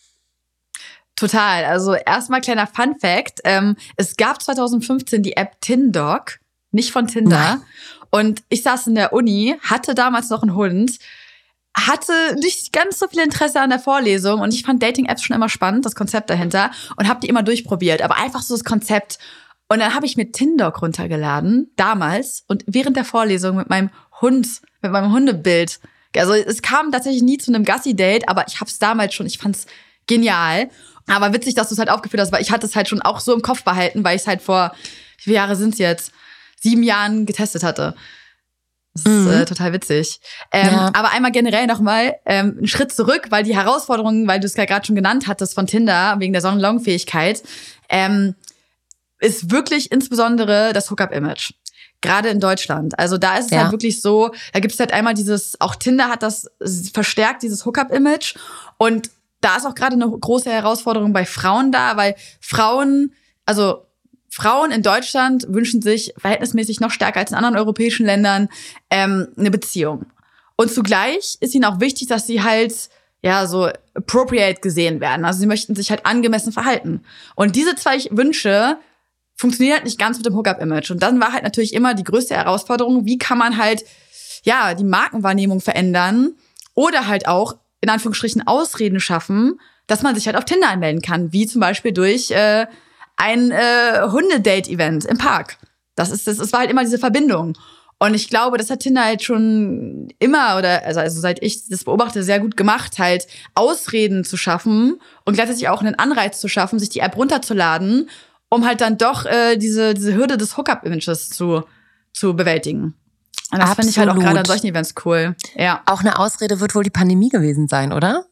Total. Also erstmal kleiner Fun-Fact. Ähm, es gab zwanzig fünfzehn die App Tindog, nicht von Tinder. Nein. Und ich saß in der Uni, hatte damals noch einen Hund, hatte nicht ganz so viel Interesse an der Vorlesung und ich fand Dating-Apps schon immer spannend, das Konzept dahinter, und habe die immer durchprobiert. Aber einfach so das Konzept Und dann habe ich mir Tindoc runtergeladen, damals, und während der Vorlesung mit meinem Hund, mit meinem Hundebild. Also es kam tatsächlich nie zu einem Gassi-Date, aber ich habe es damals schon, ich fand's genial. Aber witzig, dass du es halt aufgeführt hast, weil ich hatte es halt schon auch so im Kopf behalten, weil ich es halt vor, wie viele Jahre sind es jetzt? Sieben Jahren getestet hatte. Das ist mhm. äh, total witzig. Ähm, ja. Aber einmal generell nochmal ähm, einen Schritt zurück, weil die Herausforderungen, weil du es ja gerade schon genannt hattest von Tinder, wegen der Song-Long-Fähigkeit, ähm, ist wirklich insbesondere das Hookup-Image. Gerade in Deutschland. Also da ist es ja. halt wirklich so, da gibt es halt einmal dieses, auch Tinder hat das verstärkt, dieses Hookup-Image. Und da ist auch gerade eine große Herausforderung bei Frauen da, weil Frauen, also Frauen in Deutschland wünschen sich verhältnismäßig noch stärker als in anderen europäischen Ländern ähm, eine Beziehung. Und zugleich ist ihnen auch wichtig, dass sie halt ja so appropriate gesehen werden. Also sie möchten sich halt angemessen verhalten. Und diese zwei Wünsche funktionieren halt nicht ganz mit dem Hookup-Image. Und dann war halt natürlich immer die größte Herausforderung, wie kann man halt ja die Markenwahrnehmung verändern oder halt auch in Anführungsstrichen Ausreden schaffen, dass man sich halt auf Tinder anmelden kann, wie zum Beispiel durch äh, ein äh, Hundedate-Event im Park. Das ist, das, das war halt immer diese Verbindung. Und ich glaube, das hat Tinder halt schon immer, oder also, also seit ich das beobachte, sehr gut gemacht, halt Ausreden zu schaffen und gleichzeitig auch einen Anreiz zu schaffen, sich die App runterzuladen, um halt dann doch äh, diese, diese Hürde des Hookup-Images zu, zu bewältigen. Und das finde ich halt auch gerade an solchen Events cool. Ja.
Auch eine Ausrede wird wohl die Pandemie gewesen sein, oder?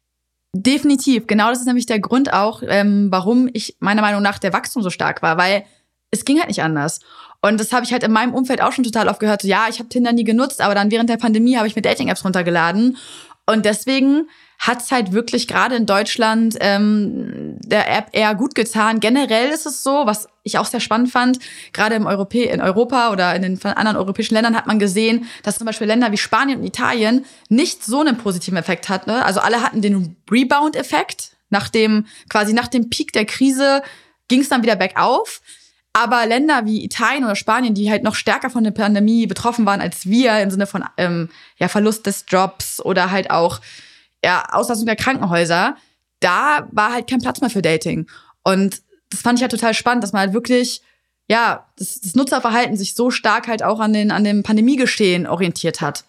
Definitiv. Genau das ist nämlich der Grund auch, ähm, warum ich meiner Meinung nach der Wachstum so stark war, weil es ging halt nicht anders. Und das habe ich halt in meinem Umfeld auch schon total oft gehört. So, ja, ich habe Tinder nie genutzt, aber dann während der Pandemie habe ich mir Dating-Apps runtergeladen. Und deswegen hat's halt wirklich gerade in Deutschland ähm, der App eher gut getan. Generell ist es so, was ich auch sehr spannend fand, gerade im Europä- in Europa oder in den anderen europäischen Ländern hat man gesehen, dass zum Beispiel Länder wie Spanien und Italien nicht so einen positiven Effekt hatten. Ne? Also alle hatten den Rebound-Effekt. Nach dem, quasi nach dem Peak der Krise ging es dann wieder bergauf. Aber Länder wie Italien oder Spanien, die halt noch stärker von der Pandemie betroffen waren als wir, im Sinne von ähm, ja, Verlust des Jobs oder halt auch ja, Auslastung der Krankenhäuser, da war halt kein Platz mehr für Dating. Und das fand ich halt total spannend, dass man halt wirklich, ja, das, das Nutzerverhalten sich so stark halt auch an den an dem Pandemiegeschehen orientiert hat.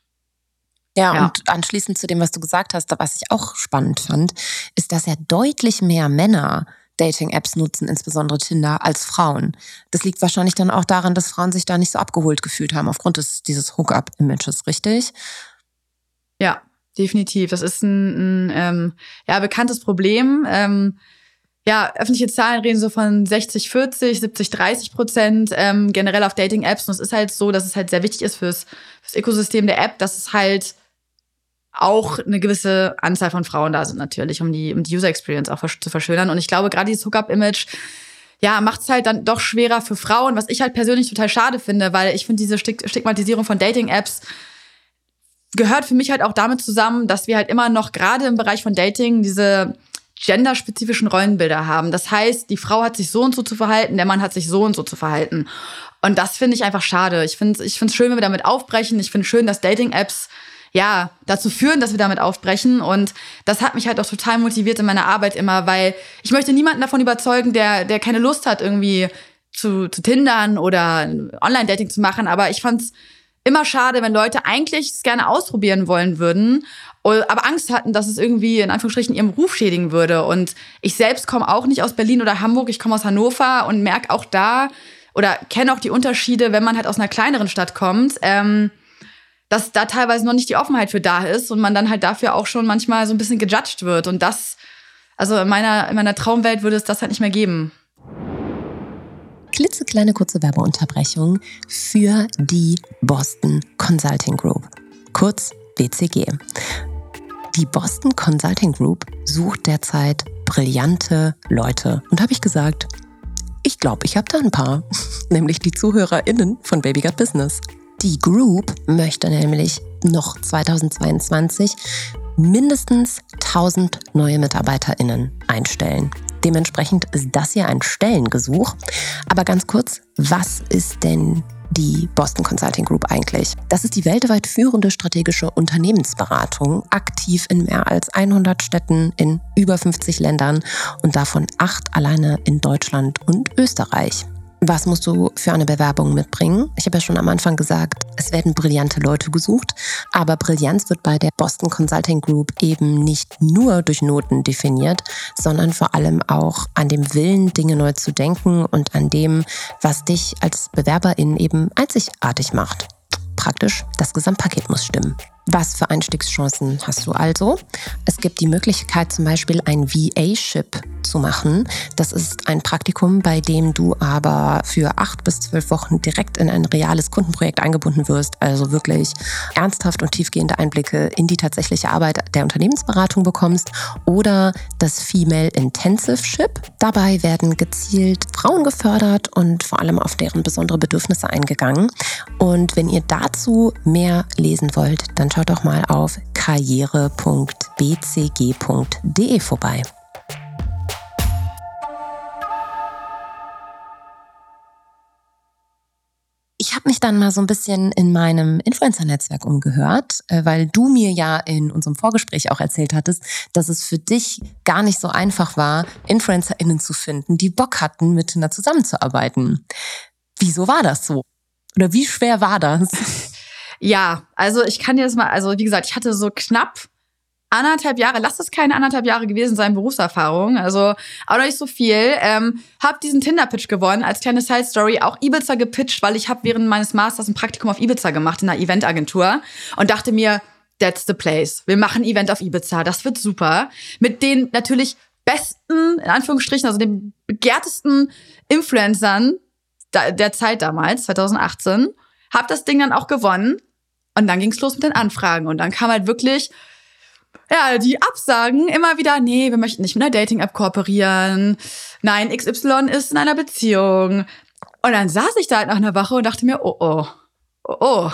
Ja, ja, und anschließend zu dem, was du gesagt hast, was ich auch spannend fand, ist, dass ja deutlich mehr Männer Dating-Apps nutzen, insbesondere Tinder, als Frauen. Das liegt wahrscheinlich dann auch daran, dass Frauen sich da nicht so abgeholt gefühlt haben, aufgrund des, dieses Hookup-Images, richtig?
Ja, definitiv. Das ist ein, ein ähm, ja, bekanntes Problem. Ähm, ja, öffentliche Zahlen reden so von sechzig vierzig, siebzig dreißig Prozent ähm, generell auf Dating-Apps. Und es ist halt so, dass es halt sehr wichtig ist fürs, fürs Ökosystem der App, dass es halt auch eine gewisse Anzahl von Frauen da sind natürlich, um die, um die User Experience auch zu verschönern. Und ich glaube, gerade dieses Hookup-Image, ja, macht es halt dann doch schwerer für Frauen, was ich halt persönlich total schade finde, weil ich finde, diese Stigmatisierung von Dating-Apps gehört für mich halt auch damit zusammen, dass wir halt immer noch gerade im Bereich von Dating diese genderspezifischen Rollenbilder haben. Das heißt, die Frau hat sich so und so zu verhalten, der Mann hat sich so und so zu verhalten. Und das finde ich einfach schade. Ich finde es ich find's schön, wenn wir damit aufbrechen. Ich finde es schön, dass Dating-Apps ja, dazu führen, dass wir damit aufbrechen. Und das hat mich halt auch total motiviert in meiner Arbeit immer, weil ich möchte niemanden davon überzeugen, der, der keine Lust hat, irgendwie zu, zu Tindern oder Online-Dating zu machen. Aber ich fand's immer schade, wenn Leute eigentlich es gerne ausprobieren wollen würden, aber Angst hatten, dass es irgendwie in Anführungsstrichen ihren Ruf schädigen würde. Und ich selbst komme auch nicht aus Berlin oder Hamburg, ich komme aus Hannover und merke auch da oder kenne auch die Unterschiede, wenn man halt aus einer kleineren Stadt kommt, ähm, dass da teilweise noch nicht die Offenheit für da ist und man dann halt dafür auch schon manchmal so ein bisschen gejudged wird. Und das, also in meiner, in meiner Traumwelt würde es das halt nicht mehr geben.
Klitzekleine kurze Werbeunterbrechung für die Boston Consulting Group, kurz B C G. Die Boston Consulting Group sucht derzeit brillante Leute. Und habe ich gesagt, ich glaube, ich habe da ein paar, nämlich die ZuhörerInnen von Baby Got Business. Die Group möchte nämlich noch zweitausendzweiundzwanzig mindestens tausend neue MitarbeiterInnen einstellen. Dementsprechend ist das hier ein Stellengesuch. Aber ganz kurz, was ist denn die Boston Consulting Group eigentlich? Das ist die weltweit führende strategische Unternehmensberatung, aktiv in mehr als hundert Städten in über fünfzig Ländern und davon acht alleine in Deutschland und Österreich. Was musst du für eine Bewerbung mitbringen? Ich habe ja schon am Anfang gesagt, es werden brillante Leute gesucht, aber Brillanz wird bei der Boston Consulting Group eben nicht nur durch Noten definiert, sondern vor allem auch an dem Willen, Dinge neu zu denken und an dem, was dich als Bewerberin eben einzigartig macht. Praktisch, das Gesamtpaket muss stimmen. Was für Einstiegschancen hast du also? Es gibt die Möglichkeit, zum Beispiel ein V A-Ship zu machen. Das ist ein Praktikum, bei dem du aber für acht bis zwölf Wochen direkt in ein reales Kundenprojekt eingebunden wirst. Also wirklich ernsthaft und tiefgehende Einblicke in die tatsächliche Arbeit der Unternehmensberatung bekommst. Oder das Female Intensive Ship. Dabei werden gezielt Frauen gefördert und vor allem auf deren besondere Bedürfnisse eingegangen. Und wenn ihr dazu mehr lesen wollt, dann schaut doch mal auf karriere punkt b c g punkt d e vorbei. Ich habe mich dann mal so ein bisschen in meinem Influencer-Netzwerk umgehört, weil du mir ja in unserem Vorgespräch auch erzählt hattest, dass es für dich gar nicht so einfach war, InfluencerInnen zu finden, die Bock hatten, mit Tinder zusammenzuarbeiten. Wieso war das so? Oder wie schwer war das?
Ja, also ich kann dir das mal, also wie gesagt, ich hatte so knapp anderthalb Jahre, lass es keine anderthalb Jahre gewesen sein, Berufserfahrung, also auch noch nicht so viel. Ähm, hab diesen Tinder-Pitch gewonnen, als kleine Side-Story, auch Ibiza gepitcht, weil ich habe während meines Masters ein Praktikum auf Ibiza gemacht, in einer Eventagentur und dachte mir, that's the place. Wir machen ein Event auf Ibiza, das wird super. Mit den natürlich besten, in Anführungsstrichen, also den begehrtesten Influencern der Zeit damals, zwanzig achtzehn. Hab das Ding dann auch gewonnen und dann ging's los mit den Anfragen und dann kam halt wirklich ja, die Absagen immer wieder, nee, wir möchten nicht mit einer Dating-App kooperieren. Nein, X Y ist in einer Beziehung. Und dann saß ich da halt nach einer Woche und dachte mir, oh, oh, oh, oh.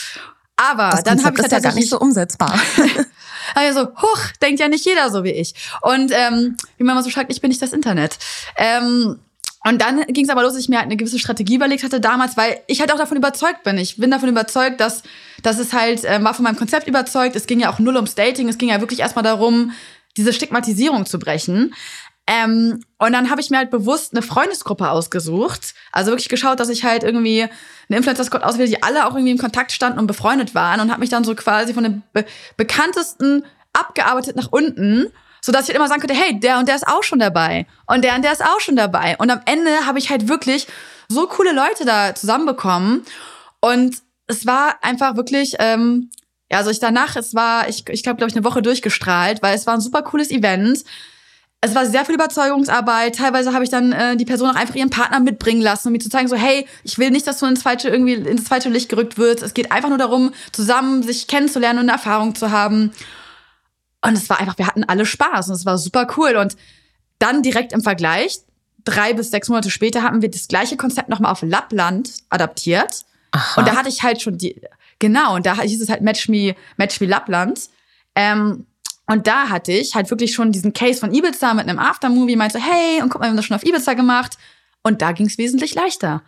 Aber
das
dann habe ich
das ja gar nicht so umsetzbar.
Also, huch, denkt ja nicht jeder so wie ich. Und ähm, wie man mal so sagt, ich bin nicht das Internet. Ähm, Und dann ging es aber los, dass ich mir halt eine gewisse Strategie überlegt hatte damals, weil ich halt auch davon überzeugt bin. Ich bin davon überzeugt, dass, dass es halt, äh, war von meinem Konzept überzeugt. Es ging ja auch null ums Dating. Es ging ja wirklich erstmal darum, diese Stigmatisierung zu brechen. Ähm, und dann habe ich mir halt bewusst eine Freundesgruppe ausgesucht. Also wirklich geschaut, dass ich halt irgendwie eine Influencer-Squad auswähle, die alle auch irgendwie in Kontakt standen und befreundet waren. Und habe mich dann so quasi von den be- bekanntesten abgearbeitet nach unten, so dass ich halt immer sagen könnte, hey, der und der ist auch schon dabei. Und der und der ist auch schon dabei. Und am Ende habe ich halt wirklich so coole Leute da zusammenbekommen. Und es war einfach wirklich, ähm, ja, also ich danach, es war, ich, ich glaube, glaube ich, eine Woche durchgestrahlt, weil es war ein super cooles Event. Es war sehr viel Überzeugungsarbeit. Teilweise habe ich dann äh, die Person auch einfach ihren Partner mitbringen lassen, um mir zu zeigen, so, hey, ich will nicht, dass du ins falsche, irgendwie ins falsche Licht gerückt wirst. Es geht einfach nur darum, zusammen sich kennenzulernen und eine Erfahrung zu haben. Und es war einfach, wir hatten alle Spaß und es war super cool. Und dann direkt im Vergleich, drei bis sechs Monate später, haben wir das gleiche Konzept nochmal auf Lappland adaptiert.
Aha.
Und da hatte ich halt schon die, genau, und da hieß es halt Match Me, Match Me Lappland. Ähm, und da hatte ich halt wirklich schon diesen Case von Ibiza mit einem Aftermovie, meinte, hey, und guck mal, wir haben das schon auf Ibiza gemacht. Und da ging es wesentlich leichter.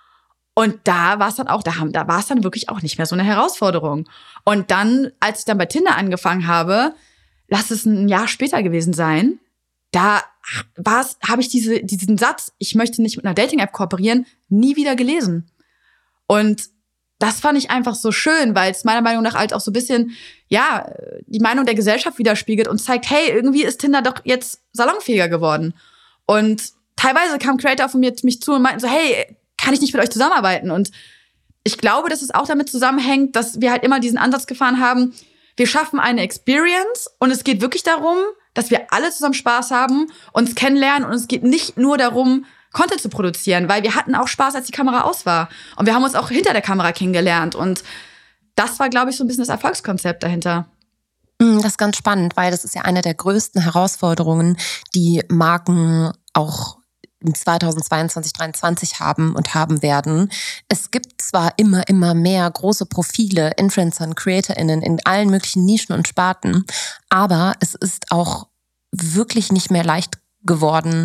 Und da war es dann auch, da, haben, da war es dann wirklich auch nicht mehr so eine Herausforderung. Und dann, als ich dann bei Tinder angefangen habe, lass es ein Jahr später gewesen sein, da war's, habe ich diese, diesen Satz, ich möchte nicht mit einer Dating-App kooperieren, nie wieder gelesen. Und das fand ich einfach so schön, weil es meiner Meinung nach halt auch so ein bisschen, ja, die Meinung der Gesellschaft widerspiegelt und zeigt, hey, irgendwie ist Tinder doch jetzt salonfähiger geworden. Und teilweise kamen Creator von mir mich zu und meinten so, hey, kann ich nicht mit euch zusammenarbeiten? Und ich glaube, dass es auch damit zusammenhängt, dass wir halt immer diesen Ansatz gefahren haben, wir schaffen eine Experience und es geht wirklich darum, dass wir alle zusammen Spaß haben, uns kennenlernen und es geht nicht nur darum, Content zu produzieren, weil wir hatten auch Spaß, als die Kamera aus war. Und wir haben uns auch hinter der Kamera kennengelernt. Und das war, glaube ich, so ein bisschen das Erfolgskonzept dahinter.
Das ist ganz spannend, weil das ist ja eine der größten Herausforderungen, die Marken auch in zweitausendzweiundzwanzig, dreiundzwanzig haben und haben werden. Es gibt zwar immer, immer mehr große Profile, Influencer und CreatorInnen in allen möglichen Nischen und Sparten, aber es ist auch wirklich nicht mehr leicht geworden,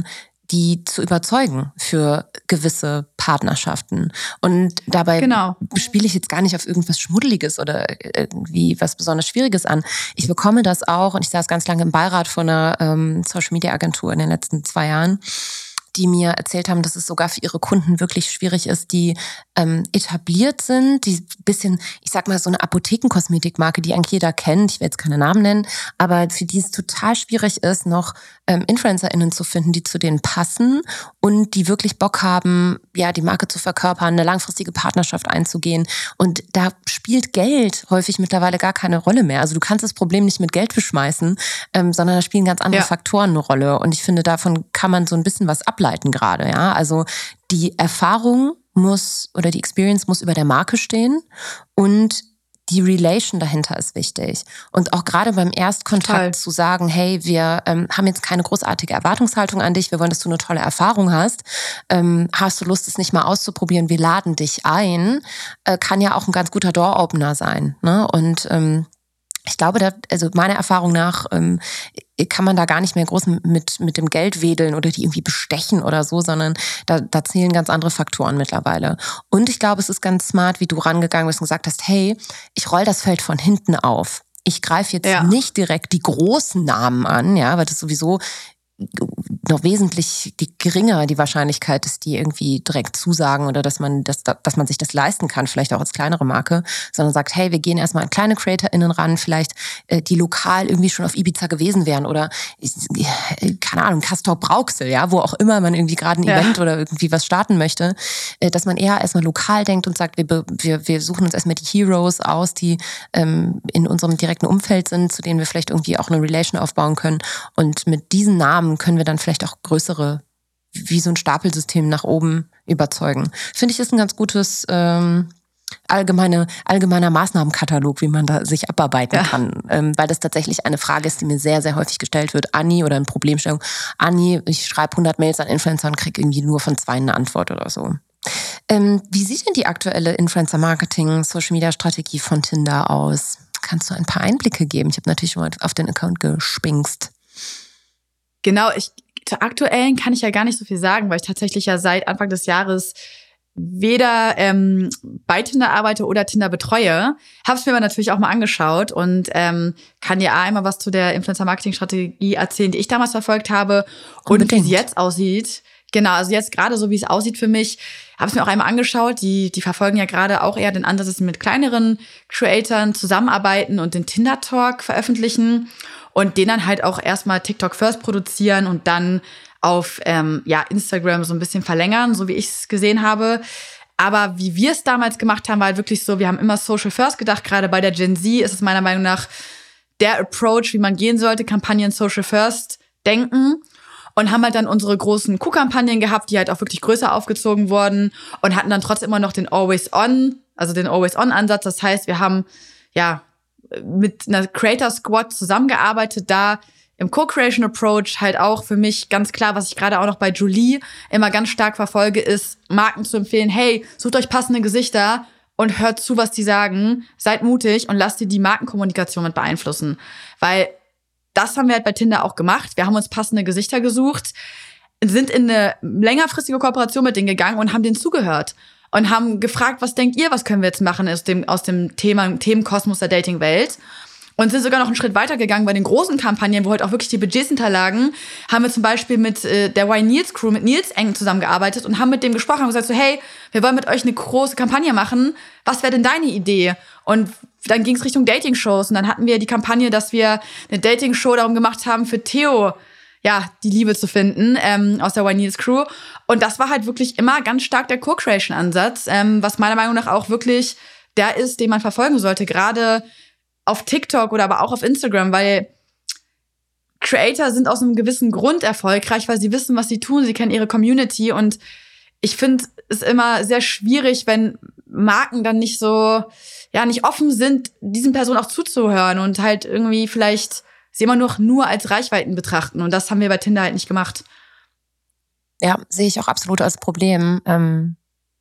die zu überzeugen für gewisse Partnerschaften. Und dabei
genau.
spiele ich jetzt gar nicht auf irgendwas Schmuddeliges oder irgendwie was besonders Schwieriges an. Ich bekomme das auch, und ich saß ganz lange im Beirat von einer ähm, Social-Media-Agentur in den letzten zwei Jahren, die mir erzählt haben, dass es sogar für ihre Kunden wirklich schwierig ist, die ähm, etabliert sind, die bisschen, ich sag mal, so eine Apothekenkosmetikmarke, die eigentlich jeder kennt, ich will jetzt keine Namen nennen, aber für die es total schwierig ist, noch ähm, InfluencerInnen zu finden, die zu denen passen und die wirklich Bock haben, ja, die Marke zu verkörpern, eine langfristige Partnerschaft einzugehen. Und da spielt Geld häufig mittlerweile gar keine Rolle mehr. Also du kannst das Problem nicht mit Geld beschmeißen, ähm, sondern da spielen ganz andere
ja.
Faktoren eine Rolle. Und ich finde, davon kann man so ein bisschen was ableiten gerade, ja. Also die Erfahrung muss oder die Experience muss über der Marke stehen und die Relation dahinter ist wichtig. Und auch gerade beim Erstkontakt
Toll.
zu sagen, hey, wir ähm, haben jetzt keine großartige Erwartungshaltung an dich, wir wollen, dass du eine tolle Erfahrung hast. Ähm, hast du Lust, es nicht mal auszuprobieren? Wir laden dich ein. Äh, kann ja auch ein ganz guter Door-Opener sein. Ne? Und ähm, ich glaube, da, also meiner Erfahrung nach ähm, kann man da gar nicht mehr groß mit mit dem Geld wedeln oder die irgendwie bestechen oder so, sondern da, da zählen ganz andere Faktoren mittlerweile. Und ich glaube, es ist ganz smart, wie du rangegangen bist und gesagt hast, hey, ich roll das Feld von hinten auf. Ich greife jetzt
ja.
nicht direkt die großen Namen an, ja, weil das sowieso noch wesentlich die geringer die Wahrscheinlichkeit ist, die irgendwie direkt zusagen oder dass man das, dass man sich das leisten kann, vielleicht auch als kleinere Marke, sondern sagt, hey, wir gehen erstmal an kleine CreatorInnen ran, vielleicht äh, die lokal irgendwie schon auf Ibiza gewesen wären oder äh, keine Ahnung, Castor Brauxel, ja, wo auch immer man irgendwie gerade ein ja. Event oder irgendwie was starten möchte, äh, dass man eher erstmal lokal denkt und sagt, wir, wir, wir suchen uns erstmal die Heroes aus, die ähm, in unserem direkten Umfeld sind, zu denen wir vielleicht irgendwie auch eine Relation aufbauen können, und mit diesen Namen können wir dann vielleicht auch größere, wie so ein Stapelsystem nach oben überzeugen. Finde ich, ist ein ganz gutes ähm, allgemeine, allgemeiner Maßnahmenkatalog, wie man da sich abarbeiten ja. kann. Ähm, weil das tatsächlich eine Frage ist, die mir sehr, sehr häufig gestellt wird. Anni, oder eine Problemstellung. Anni, ich schreibe hundert Mails an Influencer und kriege irgendwie nur von zwei eine Antwort oder so. Ähm, wie sieht denn die aktuelle Influencer-Marketing-Social-Media-Strategie von Tinder aus? Kannst du ein paar Einblicke geben? Ich habe natürlich schon mal auf den Account gespinkst.
Genau, ich, zur aktuellen kann ich ja gar nicht so viel sagen, weil ich tatsächlich ja seit Anfang des Jahres weder ähm, bei Tinder arbeite oder Tinder betreue. Habe es mir aber natürlich auch mal angeschaut und ähm, kann dir einmal was zu der Influencer-Marketing-Strategie erzählen, die ich damals verfolgt habe und
Unbedingt.
wie sie jetzt aussieht. Genau, also jetzt gerade so, wie es aussieht für mich, habe es mir auch einmal angeschaut. Die, die verfolgen ja gerade auch eher den Ansatz, dass sie mit kleineren Creatoren zusammenarbeiten und den Tinder-Talk veröffentlichen. Und den dann halt auch erstmal TikTok First produzieren und dann auf ähm, ja, Instagram so ein bisschen verlängern, so wie ich es gesehen habe. Aber wie wir es damals gemacht haben, war halt wirklich so, wir haben immer Social First gedacht. Gerade bei der Gen Z ist es meiner Meinung nach der Approach, wie man gehen sollte, Kampagnen Social First denken. Und haben halt dann unsere großen Q-Kampagnen gehabt, die halt auch wirklich größer aufgezogen wurden und hatten dann trotzdem immer noch den Always On, also den Always On-Ansatz. Das heißt, wir haben ja mit einer Creator Squad zusammengearbeitet, da im Co-Creation Approach halt auch für mich ganz klar, was ich gerade auch noch bei Julie immer ganz stark verfolge, ist, Marken zu empfehlen, hey, sucht euch passende Gesichter und hört zu, was die sagen, seid mutig und lasst ihr die Markenkommunikation mit beeinflussen. Weil das haben wir halt bei Tinder auch gemacht. Wir haben uns passende Gesichter gesucht, sind in eine längerfristige Kooperation mit denen gegangen und haben denen zugehört. Und haben gefragt, was denkt ihr, was können wir jetzt machen aus dem, aus dem Thema, Themenkosmos der Dating-Welt? Und sind sogar noch einen Schritt weiter gegangen bei den großen Kampagnen, wo halt auch wirklich die Budgets hinterlagen. Haben wir zum Beispiel mit äh, der Y Nils Crew, mit Nils eng zusammengearbeitet und haben mit dem gesprochen und gesagt so, hey, wir wollen mit euch eine große Kampagne machen. Was wäre denn deine Idee? Und dann ging es Richtung Dating-Shows. Und dann hatten wir die Kampagne, dass wir eine Dating-Show darum gemacht haben, für Theo ja, die Liebe zu finden, ähm, aus der Y Nils Crew. Und das war halt wirklich immer ganz stark der Co-Creation-Ansatz, ähm, was meiner Meinung nach auch wirklich der ist, den man verfolgen sollte, gerade auf TikTok oder aber auch auf Instagram, weil Creator sind aus einem gewissen Grund erfolgreich, weil sie wissen, was sie tun, sie kennen ihre Community und ich finde es immer sehr schwierig, wenn Marken dann nicht so, ja, nicht offen sind, diesen Personen auch zuzuhören und halt irgendwie vielleicht sie immer noch nur als Reichweiten betrachten. Und das haben wir bei Tinder halt nicht gemacht.
Ja, sehe ich auch absolut als Problem. Ähm,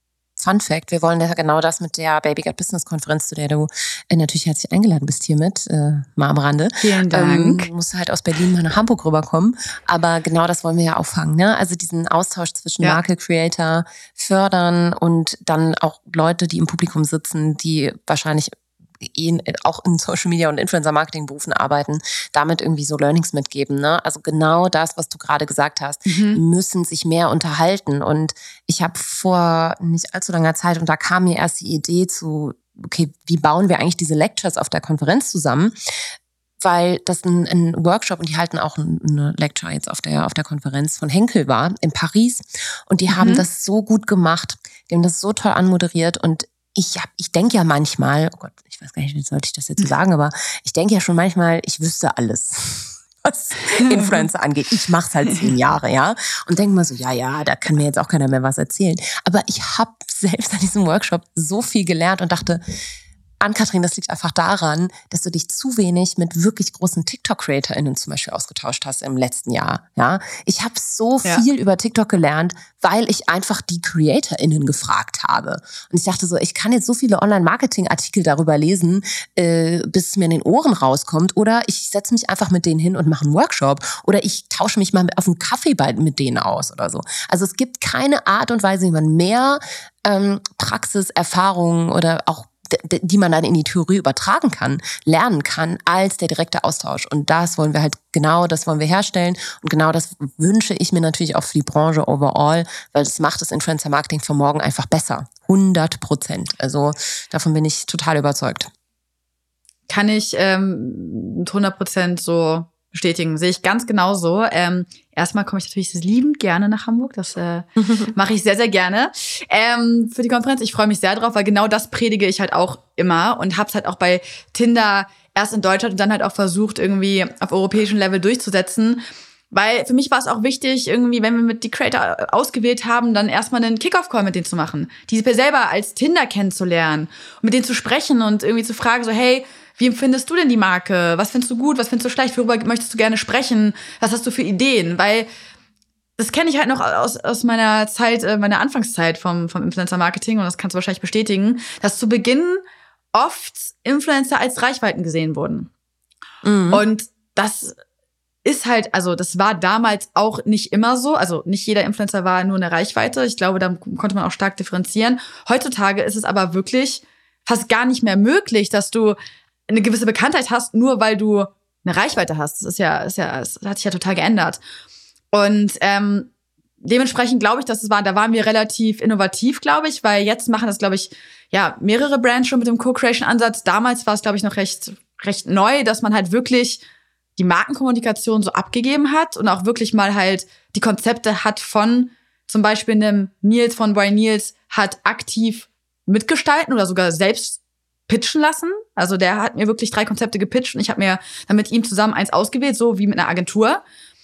Fun Fact, wir wollen ja genau das mit der Baby Gut Business Konferenz, zu der du äh, natürlich herzlich eingeladen bist hiermit, äh, mal am Rande.
Vielen Dank.
Ähm, musst halt aus Berlin mal nach Hamburg rüberkommen. Aber genau das wollen wir ja auffangen, ne? Also diesen Austausch zwischen ja. Marke, Creator fördern und dann auch Leute, die im Publikum sitzen, die wahrscheinlich In, auch in Social Media und Influencer-Marketing-Berufen arbeiten, damit irgendwie so Learnings mitgeben. Ne? Also genau das, was du gerade gesagt hast, mhm. müssen sich mehr unterhalten. Und ich habe vor nicht allzu langer Zeit, und da kam mir erst die Idee zu, okay, wie bauen wir eigentlich diese Lectures auf der Konferenz zusammen? Weil das ein, ein Workshop, und die halten auch eine Lecture jetzt auf der, auf der Konferenz von Henkel war, in Paris. Und die mhm. haben das so gut gemacht, die haben das so toll anmoderiert. Und Ich, hab, ich denke ja manchmal, oh Gott, ich weiß gar nicht, wie sollte ich das jetzt so sagen, aber ich denke ja schon manchmal, ich wüsste alles, was Influencer angeht. Ich mache es halt zehn Jahre, ja, und denke mal so, ja, ja, da kann mir jetzt auch keiner mehr was erzählen. Aber ich habe selbst an diesem Workshop so viel gelernt und dachte, Ann-Kathrin, das liegt einfach daran, dass du dich zu wenig mit wirklich großen TikTok-CreatorInnen zum Beispiel ausgetauscht hast im letzten Jahr. Ja, ich habe so ja. viel über TikTok gelernt, weil ich einfach die CreatorInnen gefragt habe. Und ich dachte so, ich kann jetzt so viele Online-Marketing-Artikel darüber lesen, äh, bis es mir in den Ohren rauskommt. Oder ich setze mich einfach mit denen hin und mache einen Workshop. Oder ich tausche mich mal auf einen Kaffee mit denen aus oder so. Also es gibt keine Art und Weise, wie man mehr ähm, Praxiserfahrungen oder auch die man dann in die Theorie übertragen kann, lernen kann, als der direkte Austausch. Und das wollen wir halt, genau das wollen wir herstellen. Und genau das wünsche ich mir natürlich auch für die Branche overall, weil das macht das Influencer-Marketing von morgen einfach besser. hundert Prozent. Also davon bin ich total überzeugt.
Kann ich ähm, mit hundert Prozent so bestätigen. Sehe ich ganz genauso. Ähm, erstmal komme ich natürlich liebend gerne nach Hamburg. Das äh, mache ich sehr, sehr gerne. Ähm, für die Konferenz. Ich freue mich sehr drauf, weil genau das predige ich halt auch immer und habe es halt auch bei Tinder erst in Deutschland und dann halt auch versucht, irgendwie auf europäischem Level durchzusetzen. Weil für mich war es auch wichtig, irgendwie, wenn wir mit die Creator ausgewählt haben, dann erstmal einen Kick-Off-Call mit denen zu machen. Die selber als Tinder kennenzulernen und mit denen zu sprechen und irgendwie zu fragen, so, hey, wie empfindest du denn die Marke? Was findest du gut? Was findest du schlecht? Worüber möchtest du gerne sprechen? Was hast du für Ideen? Weil das kenne ich halt noch aus, aus meiner Zeit, äh, meiner Anfangszeit vom, vom Influencer-Marketing, und das kannst du wahrscheinlich bestätigen, dass zu Beginn oft Influencer als Reichweiten gesehen wurden. Mhm. Und das ist halt, also das war damals auch nicht immer so. Also nicht jeder Influencer war nur eine Reichweite. Ich glaube, da konnte man auch stark differenzieren. Heutzutage ist es aber wirklich fast gar nicht mehr möglich, dass du eine gewisse Bekanntheit hast, nur weil du eine Reichweite hast. Das ist ja, ist ja, das hat sich ja total geändert. Und ähm, dementsprechend glaube ich, dass es war, da waren wir relativ innovativ, glaube ich, weil jetzt machen das, glaube ich, ja, mehrere Brands schon mit dem Co-Creation-Ansatz. Damals war es, glaube ich, noch recht, recht neu, dass man halt wirklich die Markenkommunikation so abgegeben hat und auch wirklich mal halt die Konzepte hat von zum Beispiel einem Nils von Brian Niels hat aktiv mitgestalten oder sogar selbst pitchen lassen. Also der hat mir wirklich drei Konzepte gepitcht und ich habe mir dann mit ihm zusammen eins ausgewählt, so wie mit einer Agentur.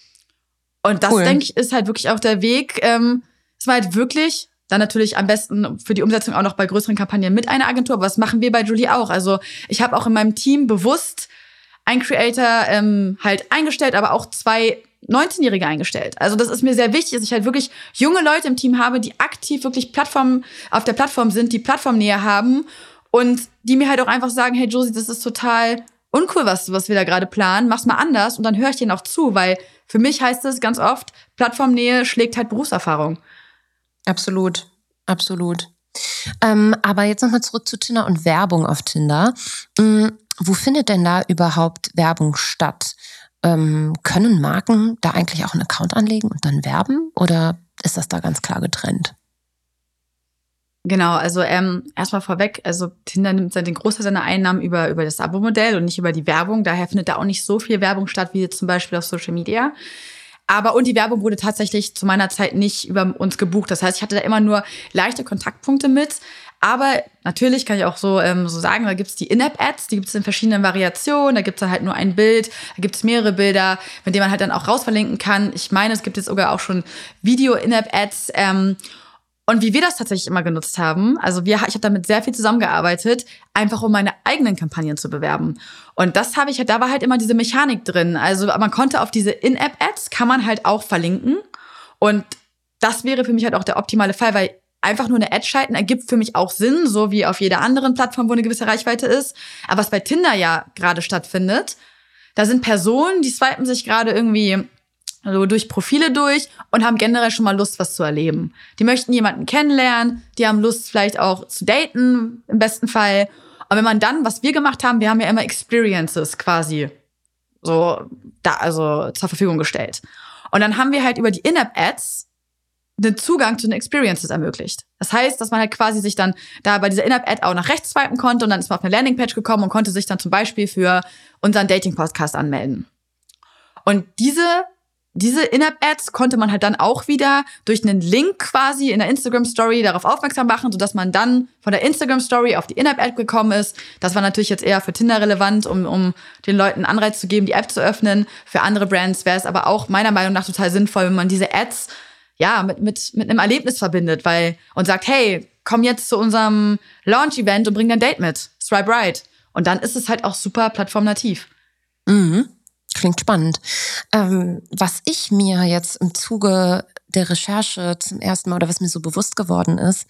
Und das, cool. denke ich, ist halt wirklich auch der Weg. Ähm, es war halt wirklich dann natürlich am besten für die Umsetzung auch noch bei größeren Kampagnen mit einer Agentur. Aber das machen wir bei Julie auch. Also ich habe auch in meinem Team bewusst einen Creator ähm, halt eingestellt, aber auch zwei neunzehnjährige eingestellt. Also das ist mir sehr wichtig, dass ich halt wirklich junge Leute im Team habe, die aktiv wirklich Plattform auf der Plattform sind, die Plattformnähe haben und die mir halt auch einfach sagen, hey Josie, das ist total uncool, was, was wir da gerade planen, mach's mal anders, und dann höre ich denen auch zu, weil für mich heißt es ganz oft, Plattformnähe schlägt halt Berufserfahrung.
Absolut, absolut. Ähm, aber jetzt nochmal zurück zu Tinder und Werbung auf Tinder. Mhm. Wo findet denn da überhaupt Werbung statt? Ähm, können Marken da eigentlich auch einen Account anlegen und dann werben? Oder ist das da ganz klar getrennt?
Genau, also ähm, erstmal vorweg, also Tinder nimmt den Großteil seiner Einnahmen über, über das Abo-Modell und nicht über die Werbung. Daher findet da auch nicht so viel Werbung statt, wie zum Beispiel auf Social Media. Aber und die Werbung wurde tatsächlich zu meiner Zeit nicht über uns gebucht. Das heißt, ich hatte da immer nur leichte Kontaktpunkte mit. Aber natürlich kann ich auch so, ähm, so sagen, da gibt's die In-App-Ads, die gibt's in verschiedenen Variationen. Da gibt's dann halt nur ein Bild, da gibt's mehrere Bilder, mit denen man halt dann auch rausverlinken kann. Ich meine, es gibt jetzt sogar auch schon Video-In-App-Ads. Ähm, und wie wir das tatsächlich immer genutzt haben, also wir, ich habe damit sehr viel zusammengearbeitet, einfach um meine eigenen Kampagnen zu bewerben. Und das habe ich halt, da war halt immer diese Mechanik drin. Also man konnte auf diese In-App-Ads, kann man halt auch verlinken. Und das wäre für mich halt auch der optimale Fall, weil einfach nur eine Ad schalten ergibt für mich auch Sinn, so wie auf jeder anderen Plattform, wo eine gewisse Reichweite ist. Aber was bei Tinder ja gerade stattfindet, da sind Personen, die swipen sich gerade irgendwie so durch Profile durch und haben generell schon mal Lust, was zu erleben. Die möchten jemanden kennenlernen, die haben Lust, vielleicht auch zu daten, im besten Fall. Und wenn man dann, was wir gemacht haben, wir haben ja immer Experiences quasi so da, also zur Verfügung gestellt. Und dann haben wir halt über die In-App-Ads den Zugang zu den Experiences ermöglicht. Das heißt, dass man halt quasi sich dann da bei dieser In-App-Ad auch nach rechts swipen konnte und dann ist man auf eine Landingpage gekommen und konnte sich dann zum Beispiel für unseren Dating-Podcast anmelden. Und diese Diese In-App-Ads konnte man halt dann auch wieder durch einen Link quasi in der Instagram-Story darauf aufmerksam machen, sodass man dann von der Instagram-Story auf die In-App-Ad gekommen ist. Das war natürlich jetzt eher für Tinder relevant, um, um den Leuten einen Anreiz zu geben, die App zu öffnen. Für andere Brands wäre es aber auch meiner Meinung nach total sinnvoll, wenn man diese Ads ja mit, mit, mit einem Erlebnis verbindet, weil und sagt, hey, komm jetzt zu unserem Launch-Event und bring dein Date mit. Swipe right. Und dann ist es halt auch super plattformnativ.
Mhm. Klingt spannend. Ähm, was ich mir jetzt im Zuge der Recherche zum ersten Mal oder was mir so bewusst geworden ist,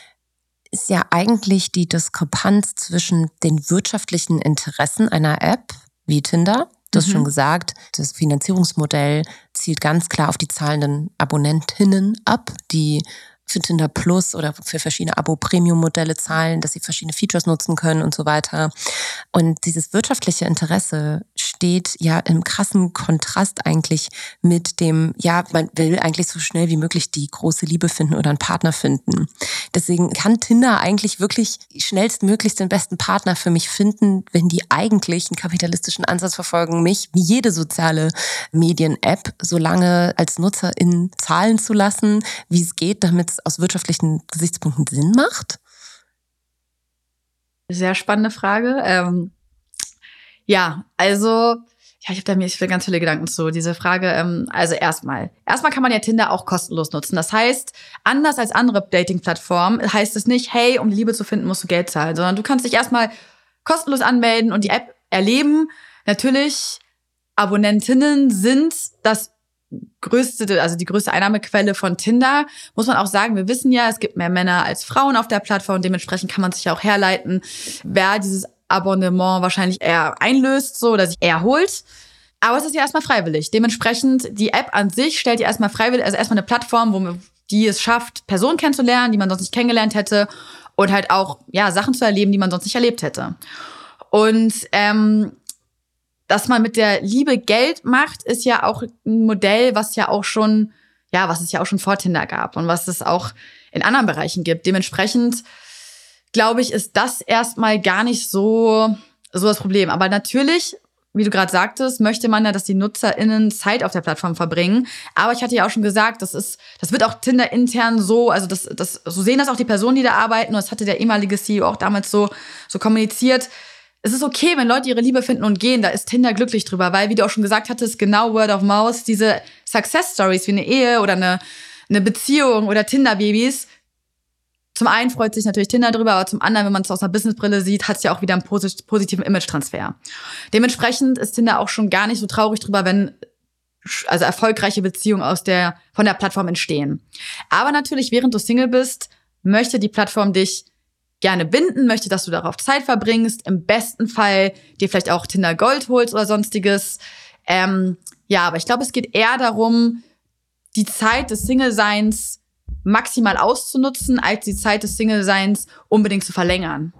ist ja eigentlich die Diskrepanz zwischen den wirtschaftlichen Interessen einer App wie Tinder. Du hast mhm. schon gesagt, das Finanzierungsmodell zielt ganz klar auf die zahlenden Abonnentinnen ab, die für Tinder Plus oder für verschiedene Abo-Premium-Modelle zahlen, dass sie verschiedene Features nutzen können und so weiter. Und dieses wirtschaftliche Interesse steht ja im krassen Kontrast eigentlich mit dem, ja, man will eigentlich so schnell wie möglich die große Liebe finden oder einen Partner finden. Deswegen kann Tinder eigentlich wirklich schnellstmöglich den besten Partner für mich finden, wenn die eigentlich einen kapitalistischen Ansatz verfolgen, mich wie jede soziale Medien-App so lange als Nutzerin zahlen zu lassen, wie es geht, damit es aus wirtschaftlichen Gesichtspunkten Sinn macht?
Sehr spannende Frage. Ähm, ja, also, ja, ich habe da mir ich will ganz viele Gedanken zu. Diese Frage, ähm, also erstmal. Erstmal kann man ja Tinder auch kostenlos nutzen. Das heißt, anders als andere Dating-Plattformen heißt es nicht, hey, um die Liebe zu finden, musst du Geld zahlen, sondern du kannst dich erstmal kostenlos anmelden und die App erleben. Natürlich, Abonnentinnen sind das größte, also die größte Einnahmequelle von Tinder, muss man auch sagen, wir wissen ja, es gibt mehr Männer als Frauen auf der Plattform, dementsprechend kann man sich ja auch herleiten, wer dieses Abonnement wahrscheinlich eher einlöst, so, oder sich eher holt. Aber es ist ja erstmal freiwillig. Dementsprechend, die App an sich stellt ja erstmal freiwillig, also erstmal eine Plattform, wo man, die es schafft, Personen kennenzulernen, die man sonst nicht kennengelernt hätte und halt auch, ja, Sachen zu erleben, die man sonst nicht erlebt hätte. Und, ähm, dass man mit der Liebe Geld macht, ist ja auch ein Modell, was ja auch schon, ja, was es ja auch schon vor Tinder gab und was es auch in anderen Bereichen gibt. Dementsprechend, glaube ich, ist das erstmal gar nicht so, so das Problem. Aber natürlich, wie du gerade sagtest, möchte man ja, dass die NutzerInnen Zeit auf der Plattform verbringen. Aber ich hatte ja auch schon gesagt, das ist, das wird auch Tinder intern so, also das, das, so sehen das auch die Personen, die da arbeiten. Und das hatte der ehemalige C E O auch damals so, so kommuniziert. Es ist okay, wenn Leute ihre Liebe finden und gehen, da ist Tinder glücklich drüber, weil, wie du auch schon gesagt hattest, genau Word of Mouth, diese Success-Stories wie eine Ehe oder eine, eine Beziehung oder Tinder-Babys. Zum einen freut sich natürlich Tinder drüber, aber zum anderen, wenn man es aus einer Businessbrille sieht, hat es ja auch wieder einen posit- positiven Image-Transfer. Dementsprechend ist Tinder auch schon gar nicht so traurig drüber, wenn also erfolgreiche Beziehungen aus der, von der Plattform entstehen. Aber natürlich, während du Single bist, möchte die Plattform dich gerne binden, möchte, dass du darauf Zeit verbringst, im besten Fall dir vielleicht auch Tinder Gold holst oder sonstiges. Ähm, ja, aber ich glaube, es geht eher darum, die Zeit des Single-Seins maximal auszunutzen, als die Zeit des Single-Seins unbedingt zu verlängern.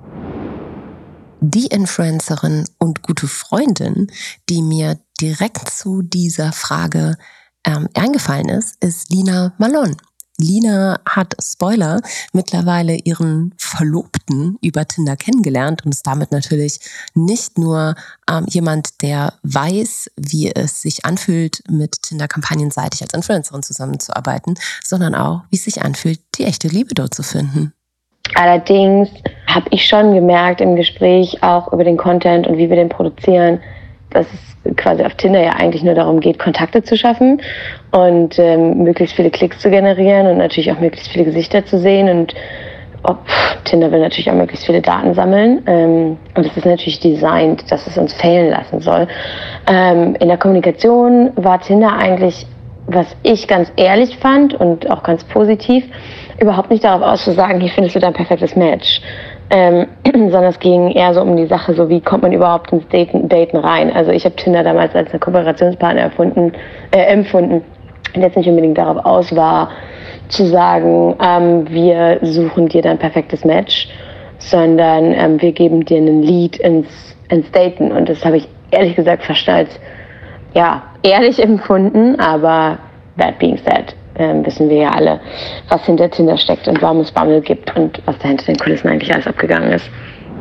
Die Influencerin und gute Freundin, die mir direkt zu dieser Frage ähm, eingefallen ist, ist Lina Malone. Lina hat, Spoiler, mittlerweile ihren Verlobten über Tinder kennengelernt und ist damit natürlich nicht nur ähm, jemand, der weiß, wie es sich anfühlt, mit Tinder-kampagnenseitig als Influencerin zusammenzuarbeiten, sondern auch, wie es sich anfühlt, die echte Liebe dort zu finden.
Allerdings habe ich schon gemerkt im Gespräch auch über den Content und wie wir den produzieren, dass es quasi auf Tinder ja eigentlich nur darum geht, Kontakte zu schaffen und ähm, möglichst viele Klicks zu generieren und natürlich auch möglichst viele Gesichter zu sehen. Und ob, Tinder will natürlich auch möglichst viele Daten sammeln. Ähm, und es ist natürlich designt, dass es uns fehlen lassen soll. Ähm, in der Kommunikation war Tinder eigentlich, was ich ganz ehrlich fand und auch ganz positiv, überhaupt nicht darauf aus zu sagen, hier findest du dein perfektes Match. Ähm, sondern es ging eher so um die Sache, so wie kommt man überhaupt ins Daten, Daten rein. Also ich habe Tinder damals als einen Kooperationspartner erfunden, äh, empfunden, der jetzt nicht unbedingt darauf aus war, zu sagen, ähm, wir suchen dir dein perfektes Match, sondern ähm, wir geben dir einen Lead ins, ins Daten. Und das habe ich ehrlich gesagt fast als, ja, ehrlich empfunden, aber that being said, ähm, wissen wir ja alle, was hinter Tinder steckt und warum es Bumble gibt und was da hinter den Kulissen eigentlich alles abgegangen ist.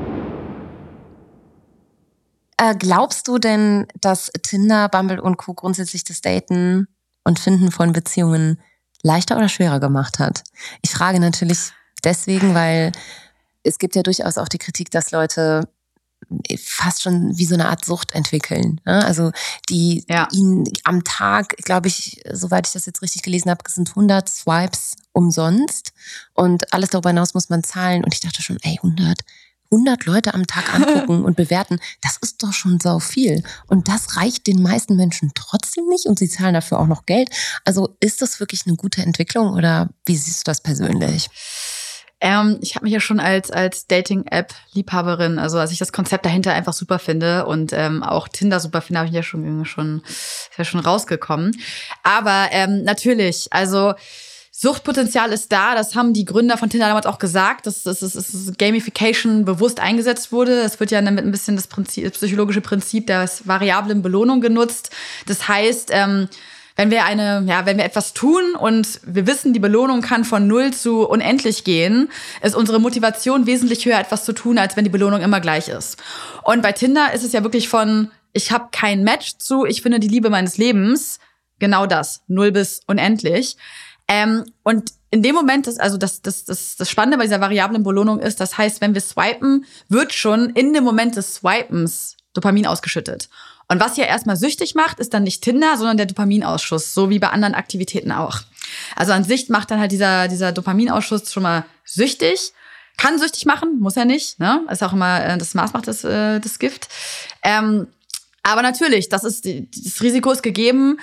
Äh, glaubst du denn, dass Tinder, Bumble und Co. grundsätzlich das Daten und Finden von Beziehungen leichter oder schwerer gemacht hat? Ich frage natürlich deswegen, weil es gibt ja durchaus auch die Kritik, dass Leute fast schon wie so eine Art Sucht entwickeln. Also die
ja.
ihnen am Tag, glaube ich, soweit ich das jetzt richtig gelesen habe, sind hundert Swipes umsonst und alles darüber hinaus muss man zahlen. Und ich dachte schon, ey, hundert, hundert Leute am Tag angucken und bewerten, das ist doch schon sau viel. Und das reicht den meisten Menschen trotzdem nicht und sie zahlen dafür auch noch Geld. Also ist das wirklich eine gute Entwicklung oder wie siehst du das persönlich?
Ähm, ich habe mich ja schon als als Dating-App-Liebhaberin, also als ich das Konzept dahinter einfach super finde und ähm, auch Tinder super finde, habe ich ja schon schon ist ja schon rausgekommen. Aber ähm, natürlich, also Suchtpotenzial ist da. Das haben die Gründer von Tinder damals auch gesagt, dass, dass, dass, dass Gamification bewusst eingesetzt wurde. Es wird ja damit ein bisschen das, Prinzip, das psychologische Prinzip der variablen Belohnung genutzt. Das heißt, ähm, wenn wir eine, ja, wenn wir etwas tun und wir wissen, die Belohnung kann von null zu unendlich gehen, ist unsere Motivation wesentlich höher, etwas zu tun, als wenn die Belohnung immer gleich ist. Und bei Tinder ist es ja wirklich von, ich habe kein Match zu, ich finde die Liebe meines Lebens, genau das, null bis unendlich. Ähm, und in dem Moment, das, also das, das, das, das Spannende bei dieser variablen Belohnung ist, das heißt, wenn wir swipen, wird schon in dem Moment des Swipens Dopamin ausgeschüttet. Und was ja erstmal süchtig macht, ist dann nicht Tinder, sondern der Dopaminausschuss, so wie bei anderen Aktivitäten auch. Also an sich macht dann halt dieser, dieser Dopaminausschuss schon mal süchtig. Kann süchtig machen, muss er nicht, ne? Ist auch immer, äh, das Maß macht das, äh, das Gift. Ähm, aber natürlich, das ist, das Risiko ist gegeben.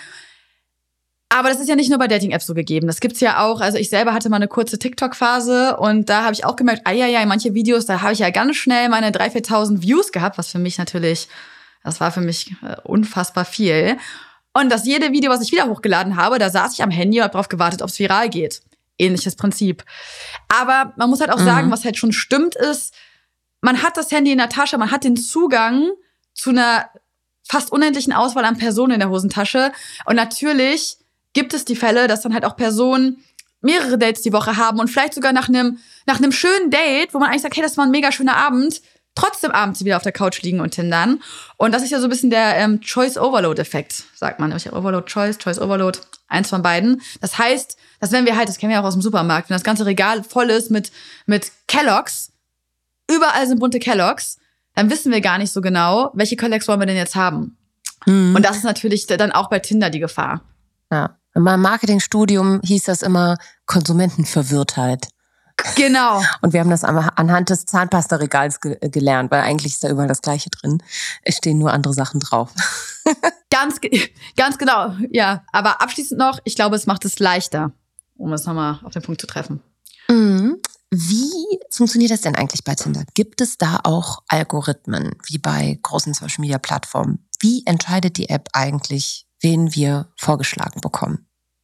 Aber das ist ja nicht nur bei Dating-Apps so gegeben. Das gibt's ja auch. Also ich selber hatte mal eine kurze TikTok-Phase und da habe ich auch gemerkt, ah ja, ja, manche Videos, da habe ich ja ganz schnell meine dreitausend, viertausend Views gehabt, was für mich natürlich, das war für mich äh, unfassbar viel. Und das jede Video, was ich wieder hochgeladen habe, da saß ich am Handy und habe drauf gewartet, ob es viral geht. Ähnliches Prinzip. Aber man muss halt auch mhm. sagen, was halt schon stimmt ist, man hat das Handy in der Tasche, man hat den Zugang zu einer fast unendlichen Auswahl an Personen in der Hosentasche. Und natürlich gibt es die Fälle, dass dann halt auch Personen mehrere Dates die Woche haben und vielleicht sogar nach einem nach einem schönen Date, wo man eigentlich sagt, hey, das war ein mega schöner Abend, trotzdem abends wieder auf der Couch liegen und tindern. Und das ist ja so ein bisschen der ähm, Choice-Overload-Effekt, sagt man. Ich habe Overload-Choice, Choice-Overload, eins von beiden. Das heißt, dass wenn wir halt, das kennen wir auch aus dem Supermarkt, wenn das ganze Regal voll ist mit mit Kellogg's, überall sind bunte Kellogg's, dann wissen wir gar nicht so genau, welche Kellogg's wollen wir denn jetzt haben. Mhm. Und das ist natürlich dann auch bei Tinder die Gefahr.
Ja. In meinem Marketingstudium hieß das immer Konsumentenverwirrtheit.
Genau.
Und wir haben das anhand des Zahnpastaregals ge- gelernt, weil eigentlich ist da überall das Gleiche drin. Es stehen nur andere Sachen drauf.
Ganz, ganz genau, ja. Aber abschließend noch, ich glaube, es macht es leichter, um es nochmal auf den Punkt zu treffen.
Mhm. Wie funktioniert das denn eigentlich bei Tinder? Gibt es da auch Algorithmen, wie bei großen Social-Media-Plattformen? Wie entscheidet die App eigentlich, wen wir vorgeschlagen bekommen?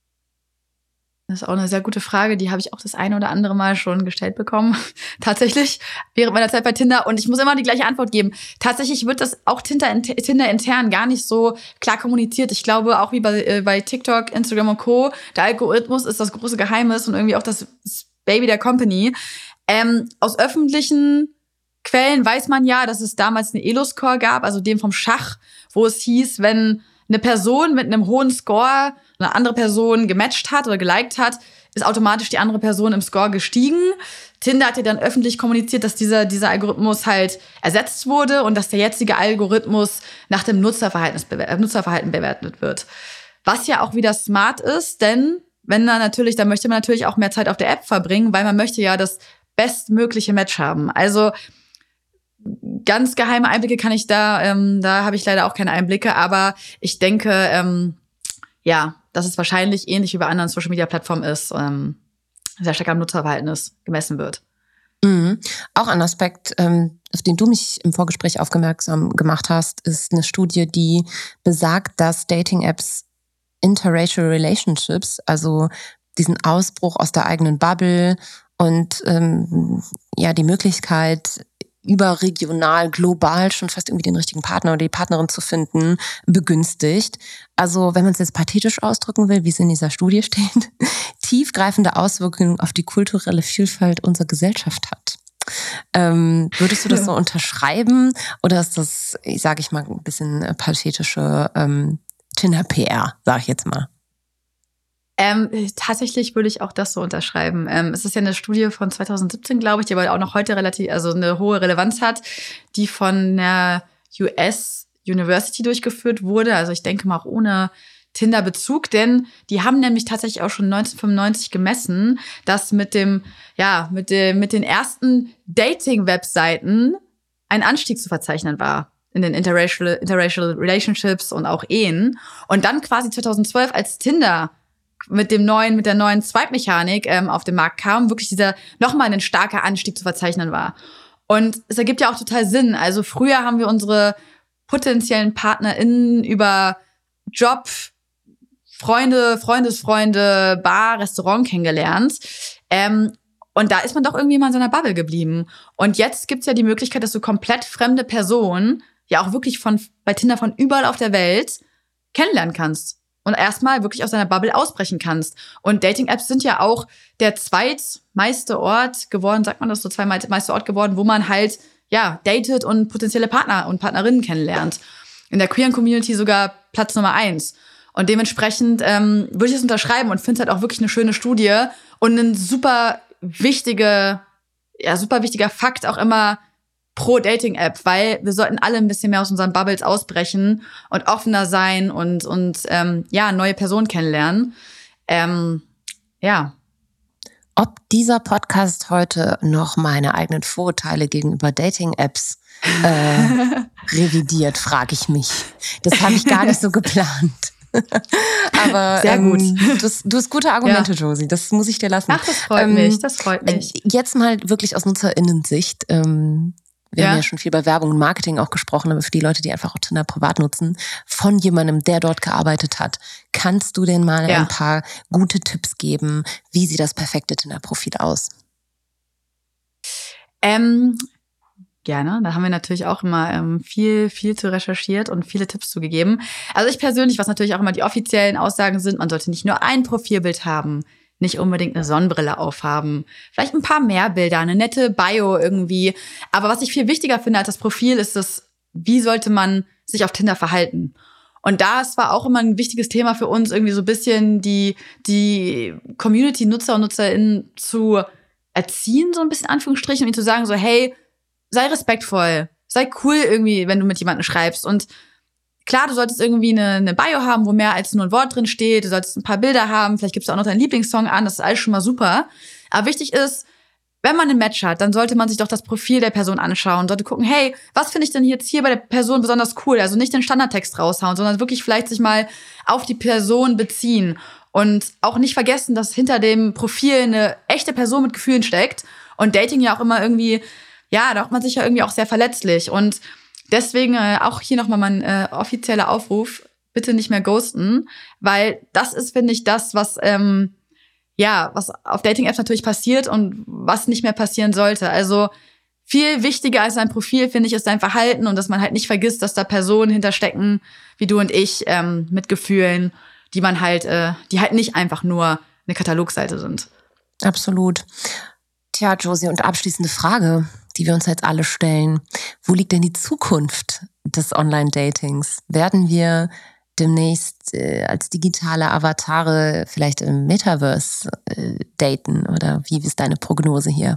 Das ist auch eine sehr gute Frage. Die habe ich auch das eine oder andere Mal schon gestellt bekommen. Tatsächlich, während meiner Zeit bei Tinder. Und ich muss immer die gleiche Antwort geben. Tatsächlich wird das auch Tinder, Tinder intern gar nicht so klar kommuniziert. Ich glaube, auch wie bei, äh, bei TikTok, Instagram und Co., der Algorithmus ist das große Geheimnis und irgendwie auch das Baby der Company. Ähm, aus öffentlichen Quellen weiß man ja, dass es damals einen Elo-Score gab, also den vom Schach, wo es hieß, wenn eine Person mit einem hohen Score eine andere Person gematcht hat oder geliked hat, ist automatisch die andere Person im Score gestiegen. Tinder hat ja dann öffentlich kommuniziert, dass dieser, dieser Algorithmus halt ersetzt wurde und dass der jetzige Algorithmus nach dem Nutzerverhalten, Nutzerverhalten bewertet wird. Was ja auch wieder smart ist, denn wenn dann natürlich, dann möchte man natürlich auch mehr Zeit auf der App verbringen, weil man möchte ja das bestmögliche Match haben. Also ganz geheime Einblicke kann ich da, ähm, da habe ich leider auch keine Einblicke, aber ich denke, ähm, ja, dass es wahrscheinlich ähnlich wie bei anderen Social-Media-Plattformen ist. Ähm, sehr stark am Nutzerverhältnis gemessen wird.
Mhm. Auch ein Aspekt, ähm, auf den du mich im Vorgespräch aufmerksam gemacht hast, ist eine Studie, die besagt, dass Dating-Apps interracial relationships, also diesen Ausbruch aus der eigenen Bubble und ähm, ja die Möglichkeit, überregional, global schon fast irgendwie den richtigen Partner oder die Partnerin zu finden, begünstigt. Also wenn man es jetzt pathetisch ausdrücken will, wie es in dieser Studie steht, tiefgreifende Auswirkungen auf die kulturelle Vielfalt unserer Gesellschaft hat. Ähm, würdest du das so unterschreiben oder ist das, sage ich mal, ein bisschen pathetische ähm, Tinder-P R, sage ich jetzt mal?
Ähm, tatsächlich würde ich auch das so unterschreiben. Ähm, es ist ja eine Studie von zwanzig siebzehn, glaube ich, die aber auch noch heute relativ, also eine hohe Relevanz hat, die von einer U S University durchgeführt wurde. Also ich denke mal auch ohne Tinder-Bezug, denn die haben nämlich tatsächlich auch schon neunzehnhundertfünfundneunzig gemessen, dass mit dem, ja, mit dem, mit den ersten Dating-Webseiten ein Anstieg zu verzeichnen war in den interracial, interracial Relationships und auch Ehen. Und dann quasi zweitausendzwölf, als Tinder mit dem neuen, mit der neuen Swipe-Mechanik ähm, auf den Markt kam, wirklich dieser nochmal ein starker Anstieg zu verzeichnen war. Und es ergibt ja auch total Sinn. Also früher haben wir unsere potenziellen PartnerInnen über Job, Freunde, Freundesfreunde, Bar, Restaurant kennengelernt. Ähm, und da ist man doch irgendwie mal in seiner Bubble geblieben. Und jetzt gibt's ja die Möglichkeit, dass du komplett fremde Personen, ja auch wirklich von bei Tinder von überall auf der Welt, kennenlernen kannst. Und erstmal wirklich aus deiner Bubble ausbrechen kannst. Und Dating-Apps sind ja auch der zweitmeiste Ort geworden, sagt man das so, zweitmeiste Ort geworden, wo man halt, ja, datet und potenzielle Partner und Partnerinnen kennenlernt. In der queeren Community sogar Platz Nummer eins. Und dementsprechend ähm, würde ich das unterschreiben und finde es halt auch wirklich eine schöne Studie und ein super wichtige, ja, super wichtiger Fakt auch immer pro Dating-App, weil wir sollten alle ein bisschen mehr aus unseren Bubbles ausbrechen und offener sein und, und ähm, ja, neue Personen kennenlernen. Ähm, ja.
Ob dieser Podcast heute noch meine eigenen Vorurteile gegenüber Dating-Apps äh, revidiert, frage ich mich. Das habe ich gar nicht so geplant. Aber
sehr gut.
Ähm, du, hast, du hast gute Argumente, ja. Josie. Das muss ich dir lassen.
Ach, das freut ähm, mich. Das freut mich.
Jetzt mal wirklich aus NutzerInnen-Sicht. Ähm, wir ja. haben ja schon viel bei Werbung und Marketing auch gesprochen, aber für die Leute, die einfach auch Tinder privat nutzen, von jemandem, der dort gearbeitet hat, kannst du denen mal ja. ein paar gute Tipps geben? Wie sieht das perfekte Tinder-Profil aus?
Ähm, gerne. Da haben wir natürlich auch immer ähm, viel, viel zu recherchiert und viele Tipps zugegeben. Also ich persönlich, was natürlich auch immer die offiziellen Aussagen sind, man sollte nicht nur ein Profilbild haben, nicht unbedingt eine Sonnenbrille aufhaben, vielleicht ein paar mehr Bilder, eine nette Bio irgendwie. Aber was ich viel wichtiger finde als das Profil, ist das, wie sollte man sich auf Tinder verhalten? Und das war auch immer ein wichtiges Thema für uns, irgendwie so ein bisschen die, die Community-Nutzer und NutzerInnen zu erziehen, so ein bisschen Anführungsstrichen, und ihnen zu sagen so, hey, sei respektvoll, sei cool irgendwie, wenn du mit jemandem schreibst. Und klar, du solltest irgendwie eine, eine Bio haben, wo mehr als nur ein Wort drin steht. Du solltest ein paar Bilder haben. Vielleicht gibst du auch noch deinen Lieblingssong an. Das ist alles schon mal super. Aber wichtig ist, wenn man ein Match hat, dann sollte man sich doch das Profil der Person anschauen. Sollte gucken, hey, was finde ich denn jetzt hier bei der Person besonders cool? Also nicht den Standardtext raushauen, sondern wirklich vielleicht sich mal auf die Person beziehen. Und auch nicht vergessen, dass hinter dem Profil eine echte Person mit Gefühlen steckt. Und Dating ja auch immer irgendwie, ja, da macht man sich ja irgendwie auch sehr verletzlich. Und deswegen äh, auch hier nochmal mein äh, offizieller Aufruf, bitte nicht mehr ghosten, weil das ist, finde ich, das, was ähm, ja, was auf Dating-Apps natürlich passiert und was nicht mehr passieren sollte. Also viel wichtiger als ein Profil, finde ich, ist dein Verhalten und dass man halt nicht vergisst, dass da Personen hinterstecken, wie du und ich, ähm, mit Gefühlen, die man halt, äh, die halt nicht einfach nur eine Katalogseite sind.
Absolut. Tja, Josie, und abschließende Frage, die wir uns jetzt alle stellen. Wo liegt denn die Zukunft des Online-Datings? Werden wir demnächst äh, als digitale Avatare vielleicht im Metaverse äh, daten? Oder wie ist deine Prognose hier?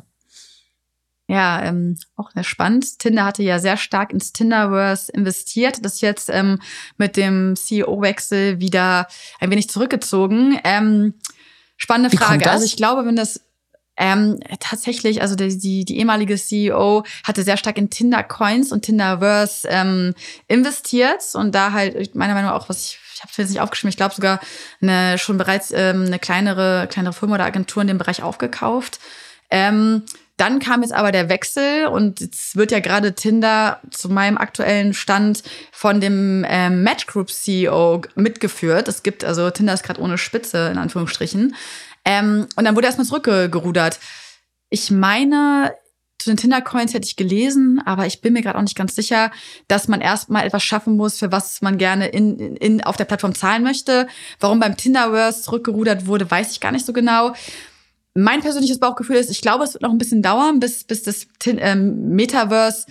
Ja, ähm, auch sehr spannend. Tinder hatte ja sehr stark ins Tinderverse investiert. Das ist jetzt ähm, mit dem C E O-Wechsel wieder ein wenig zurückgezogen. Ähm, spannende
Wie
Frage.
kommt das?
Also ich glaube, wenn das Ähm, tatsächlich, also die, die, die ehemalige C E O hatte sehr stark in Tinder Coins und Tinderverse ähm, investiert und da halt meiner Meinung nach auch, was ich ich habe es jetzt nicht aufgeschrieben, ich glaube sogar eine, schon bereits ähm, eine kleinere, kleinere Firma oder Agentur in dem Bereich aufgekauft. Ähm, dann kam jetzt aber der Wechsel und jetzt wird ja gerade Tinder zu meinem aktuellen Stand von dem ähm, Match Group C E O mitgeführt. Es gibt, also Tinder ist gerade ohne Spitze, in Anführungsstrichen. Ähm, und dann wurde erstmal zurückgerudert. Ich meine, zu den Tinder-Coins hätte ich gelesen, aber ich bin mir gerade auch nicht ganz sicher, dass man erstmal etwas schaffen muss, für was man gerne in, in, in auf der Plattform zahlen möchte. Warum beim Tinderverse zurückgerudert wurde, weiß ich gar nicht so genau. Mein persönliches Bauchgefühl ist, ich glaube, es wird noch ein bisschen dauern, bis, bis das ähm, Metaverse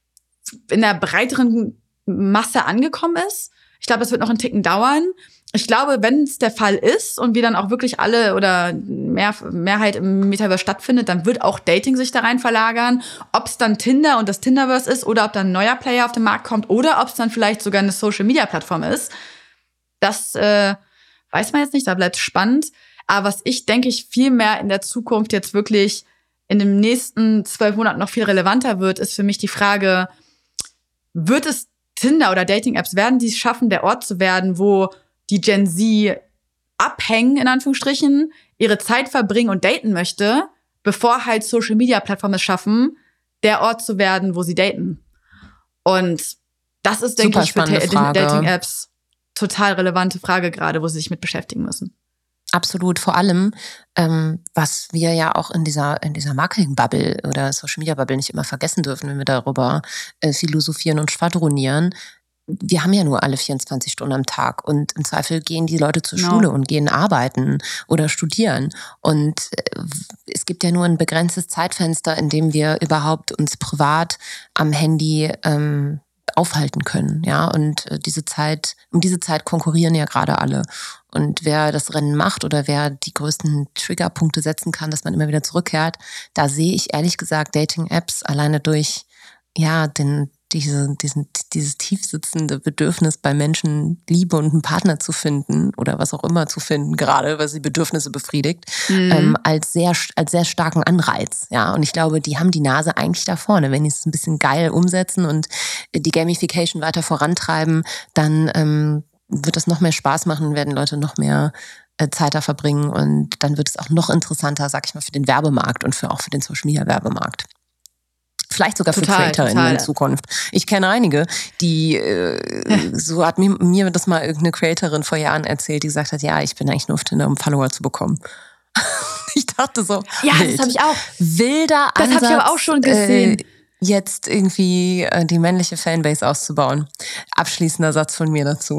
in der breiteren Masse angekommen ist. Ich glaube, es wird noch einen Ticken dauern. Ich glaube, wenn es der Fall ist und wir dann auch wirklich alle oder mehr, Mehrheit im Metaverse stattfindet, dann wird auch Dating sich da rein verlagern. Ob es dann Tinder und das Tinderverse ist oder ob dann ein neuer Player auf den Markt kommt oder ob es dann vielleicht sogar eine Social-Media-Plattform ist, das äh, weiß man jetzt nicht, da bleibt es spannend. Aber was ich, denke ich, viel mehr in der Zukunft jetzt wirklich in den nächsten zwölf Monaten noch viel relevanter wird, ist für mich die Frage, wird es Tinder oder Dating-Apps, werden die es schaffen, der Ort zu werden, wo die Gen Z abhängen, in Anführungsstrichen, ihre Zeit verbringen und daten möchte, bevor halt Social-Media-Plattformen es schaffen, der Ort zu werden, wo sie daten. Und das ist, denke ich, für Ta- Dating-Apps total relevante Frage gerade, wo sie sich mit beschäftigen müssen.
Absolut, vor allem, ähm, was wir ja auch in dieser in dieser Marketing-Bubble oder Social-Media-Bubble nicht immer vergessen dürfen, wenn wir darüber äh, philosophieren und schwadronieren. Wir haben ja nur alle vierundzwanzig Stunden am Tag und im Zweifel gehen die Leute zur
Genau.
Schule und gehen arbeiten oder studieren. Und äh, es gibt ja nur ein begrenztes Zeitfenster, in dem wir überhaupt uns privat am Handy ähm, aufhalten können, ja, und äh, diese Zeit, um diese Zeit konkurrieren ja gerade alle. Und wer das Rennen macht oder wer die größten Triggerpunkte setzen kann, dass man immer wieder zurückkehrt, da sehe ich ehrlich gesagt Dating-Apps alleine durch, ja, den, diese, diesen, dieses tiefsitzende Bedürfnis bei Menschen, Liebe und einen Partner zu finden oder was auch immer zu finden, gerade weil sie Bedürfnisse befriedigt, mhm. ähm, als sehr, als sehr starken Anreiz, ja. Und ich glaube, die haben die Nase eigentlich da vorne. Wenn die es ein bisschen geil umsetzen und die Gamification weiter vorantreiben, dann ähm, wird das noch mehr Spaß machen, werden Leute noch mehr äh, Zeit da verbringen und dann wird es auch noch interessanter, sag ich mal, für den Werbemarkt und für auch für den Social-Media-Werbemarkt. Vielleicht sogar total, für CreatorInnen total. in Zukunft. Ich kenne einige, die, äh, so hat mir, mir das mal irgendeine Creatorin vor Jahren erzählt, die gesagt hat, ja, ich bin eigentlich nur auf Tinder, um Follower zu bekommen. Ich dachte so,
ja,
wild.
Das habe ich auch.
Wilder
das
Ansatz.
Das habe ich aber auch schon gesehen.
Äh, jetzt irgendwie äh, die männliche Fanbase auszubauen. Abschließender Satz von mir dazu.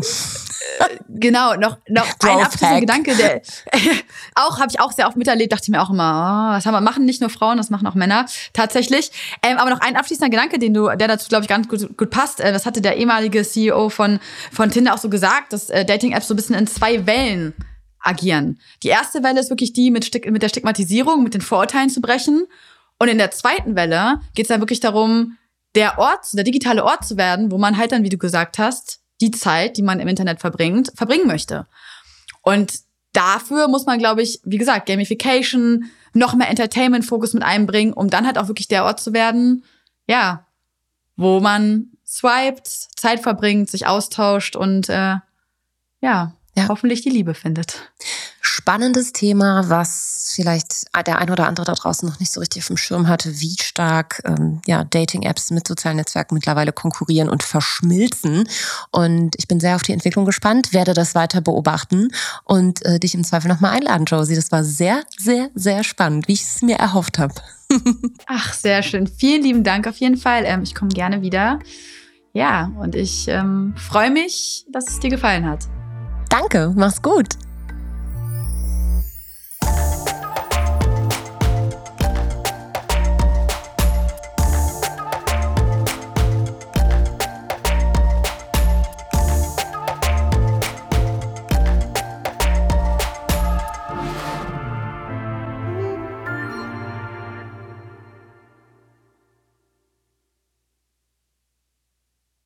Genau, noch, noch ein abschließender Gedanke, der auch habe ich auch sehr oft miterlebt, dachte ich mir auch immer, oh, das haben, machen nicht nur Frauen, das machen auch Männer tatsächlich. Ähm, aber noch ein abschließender Gedanke, den du, der dazu, glaube ich, ganz gut, gut passt. Äh, das hatte der ehemalige C E O von, von Tinder auch so gesagt, dass äh, Dating-Apps so ein bisschen in zwei Wellen agieren. Die erste Welle ist wirklich die mit, mit der Stigmatisierung, mit den Vorurteilen zu brechen. Und in der zweiten Welle geht es dann wirklich darum, der Ort, der digitale Ort zu werden, wo man halt dann, wie du gesagt hast, die Zeit, die man im Internet verbringt, verbringen möchte. Und dafür muss man, glaube ich, wie gesagt, Gamification, noch mehr Entertainment-Fokus mit einbringen, um dann halt auch wirklich der Ort zu werden, ja, wo man swiped, Zeit verbringt, sich austauscht und äh, ja, ja, hoffentlich die Liebe findet.
Spannendes Thema, was vielleicht der ein oder andere da draußen noch nicht so richtig auf dem Schirm hatte, wie stark ähm, ja, Dating-Apps mit sozialen Netzwerken mittlerweile konkurrieren und verschmilzen. Und ich bin sehr auf die Entwicklung gespannt, werde das weiter beobachten und äh, dich im Zweifel nochmal einladen, Josie. Das war sehr, sehr, sehr spannend, wie ich es mir erhofft habe.
Ach, sehr schön. Vielen lieben Dank auf jeden Fall. Ähm, ich komme gerne wieder. Ja, und ich ähm, freue mich, dass es dir gefallen hat.
Danke, mach's gut.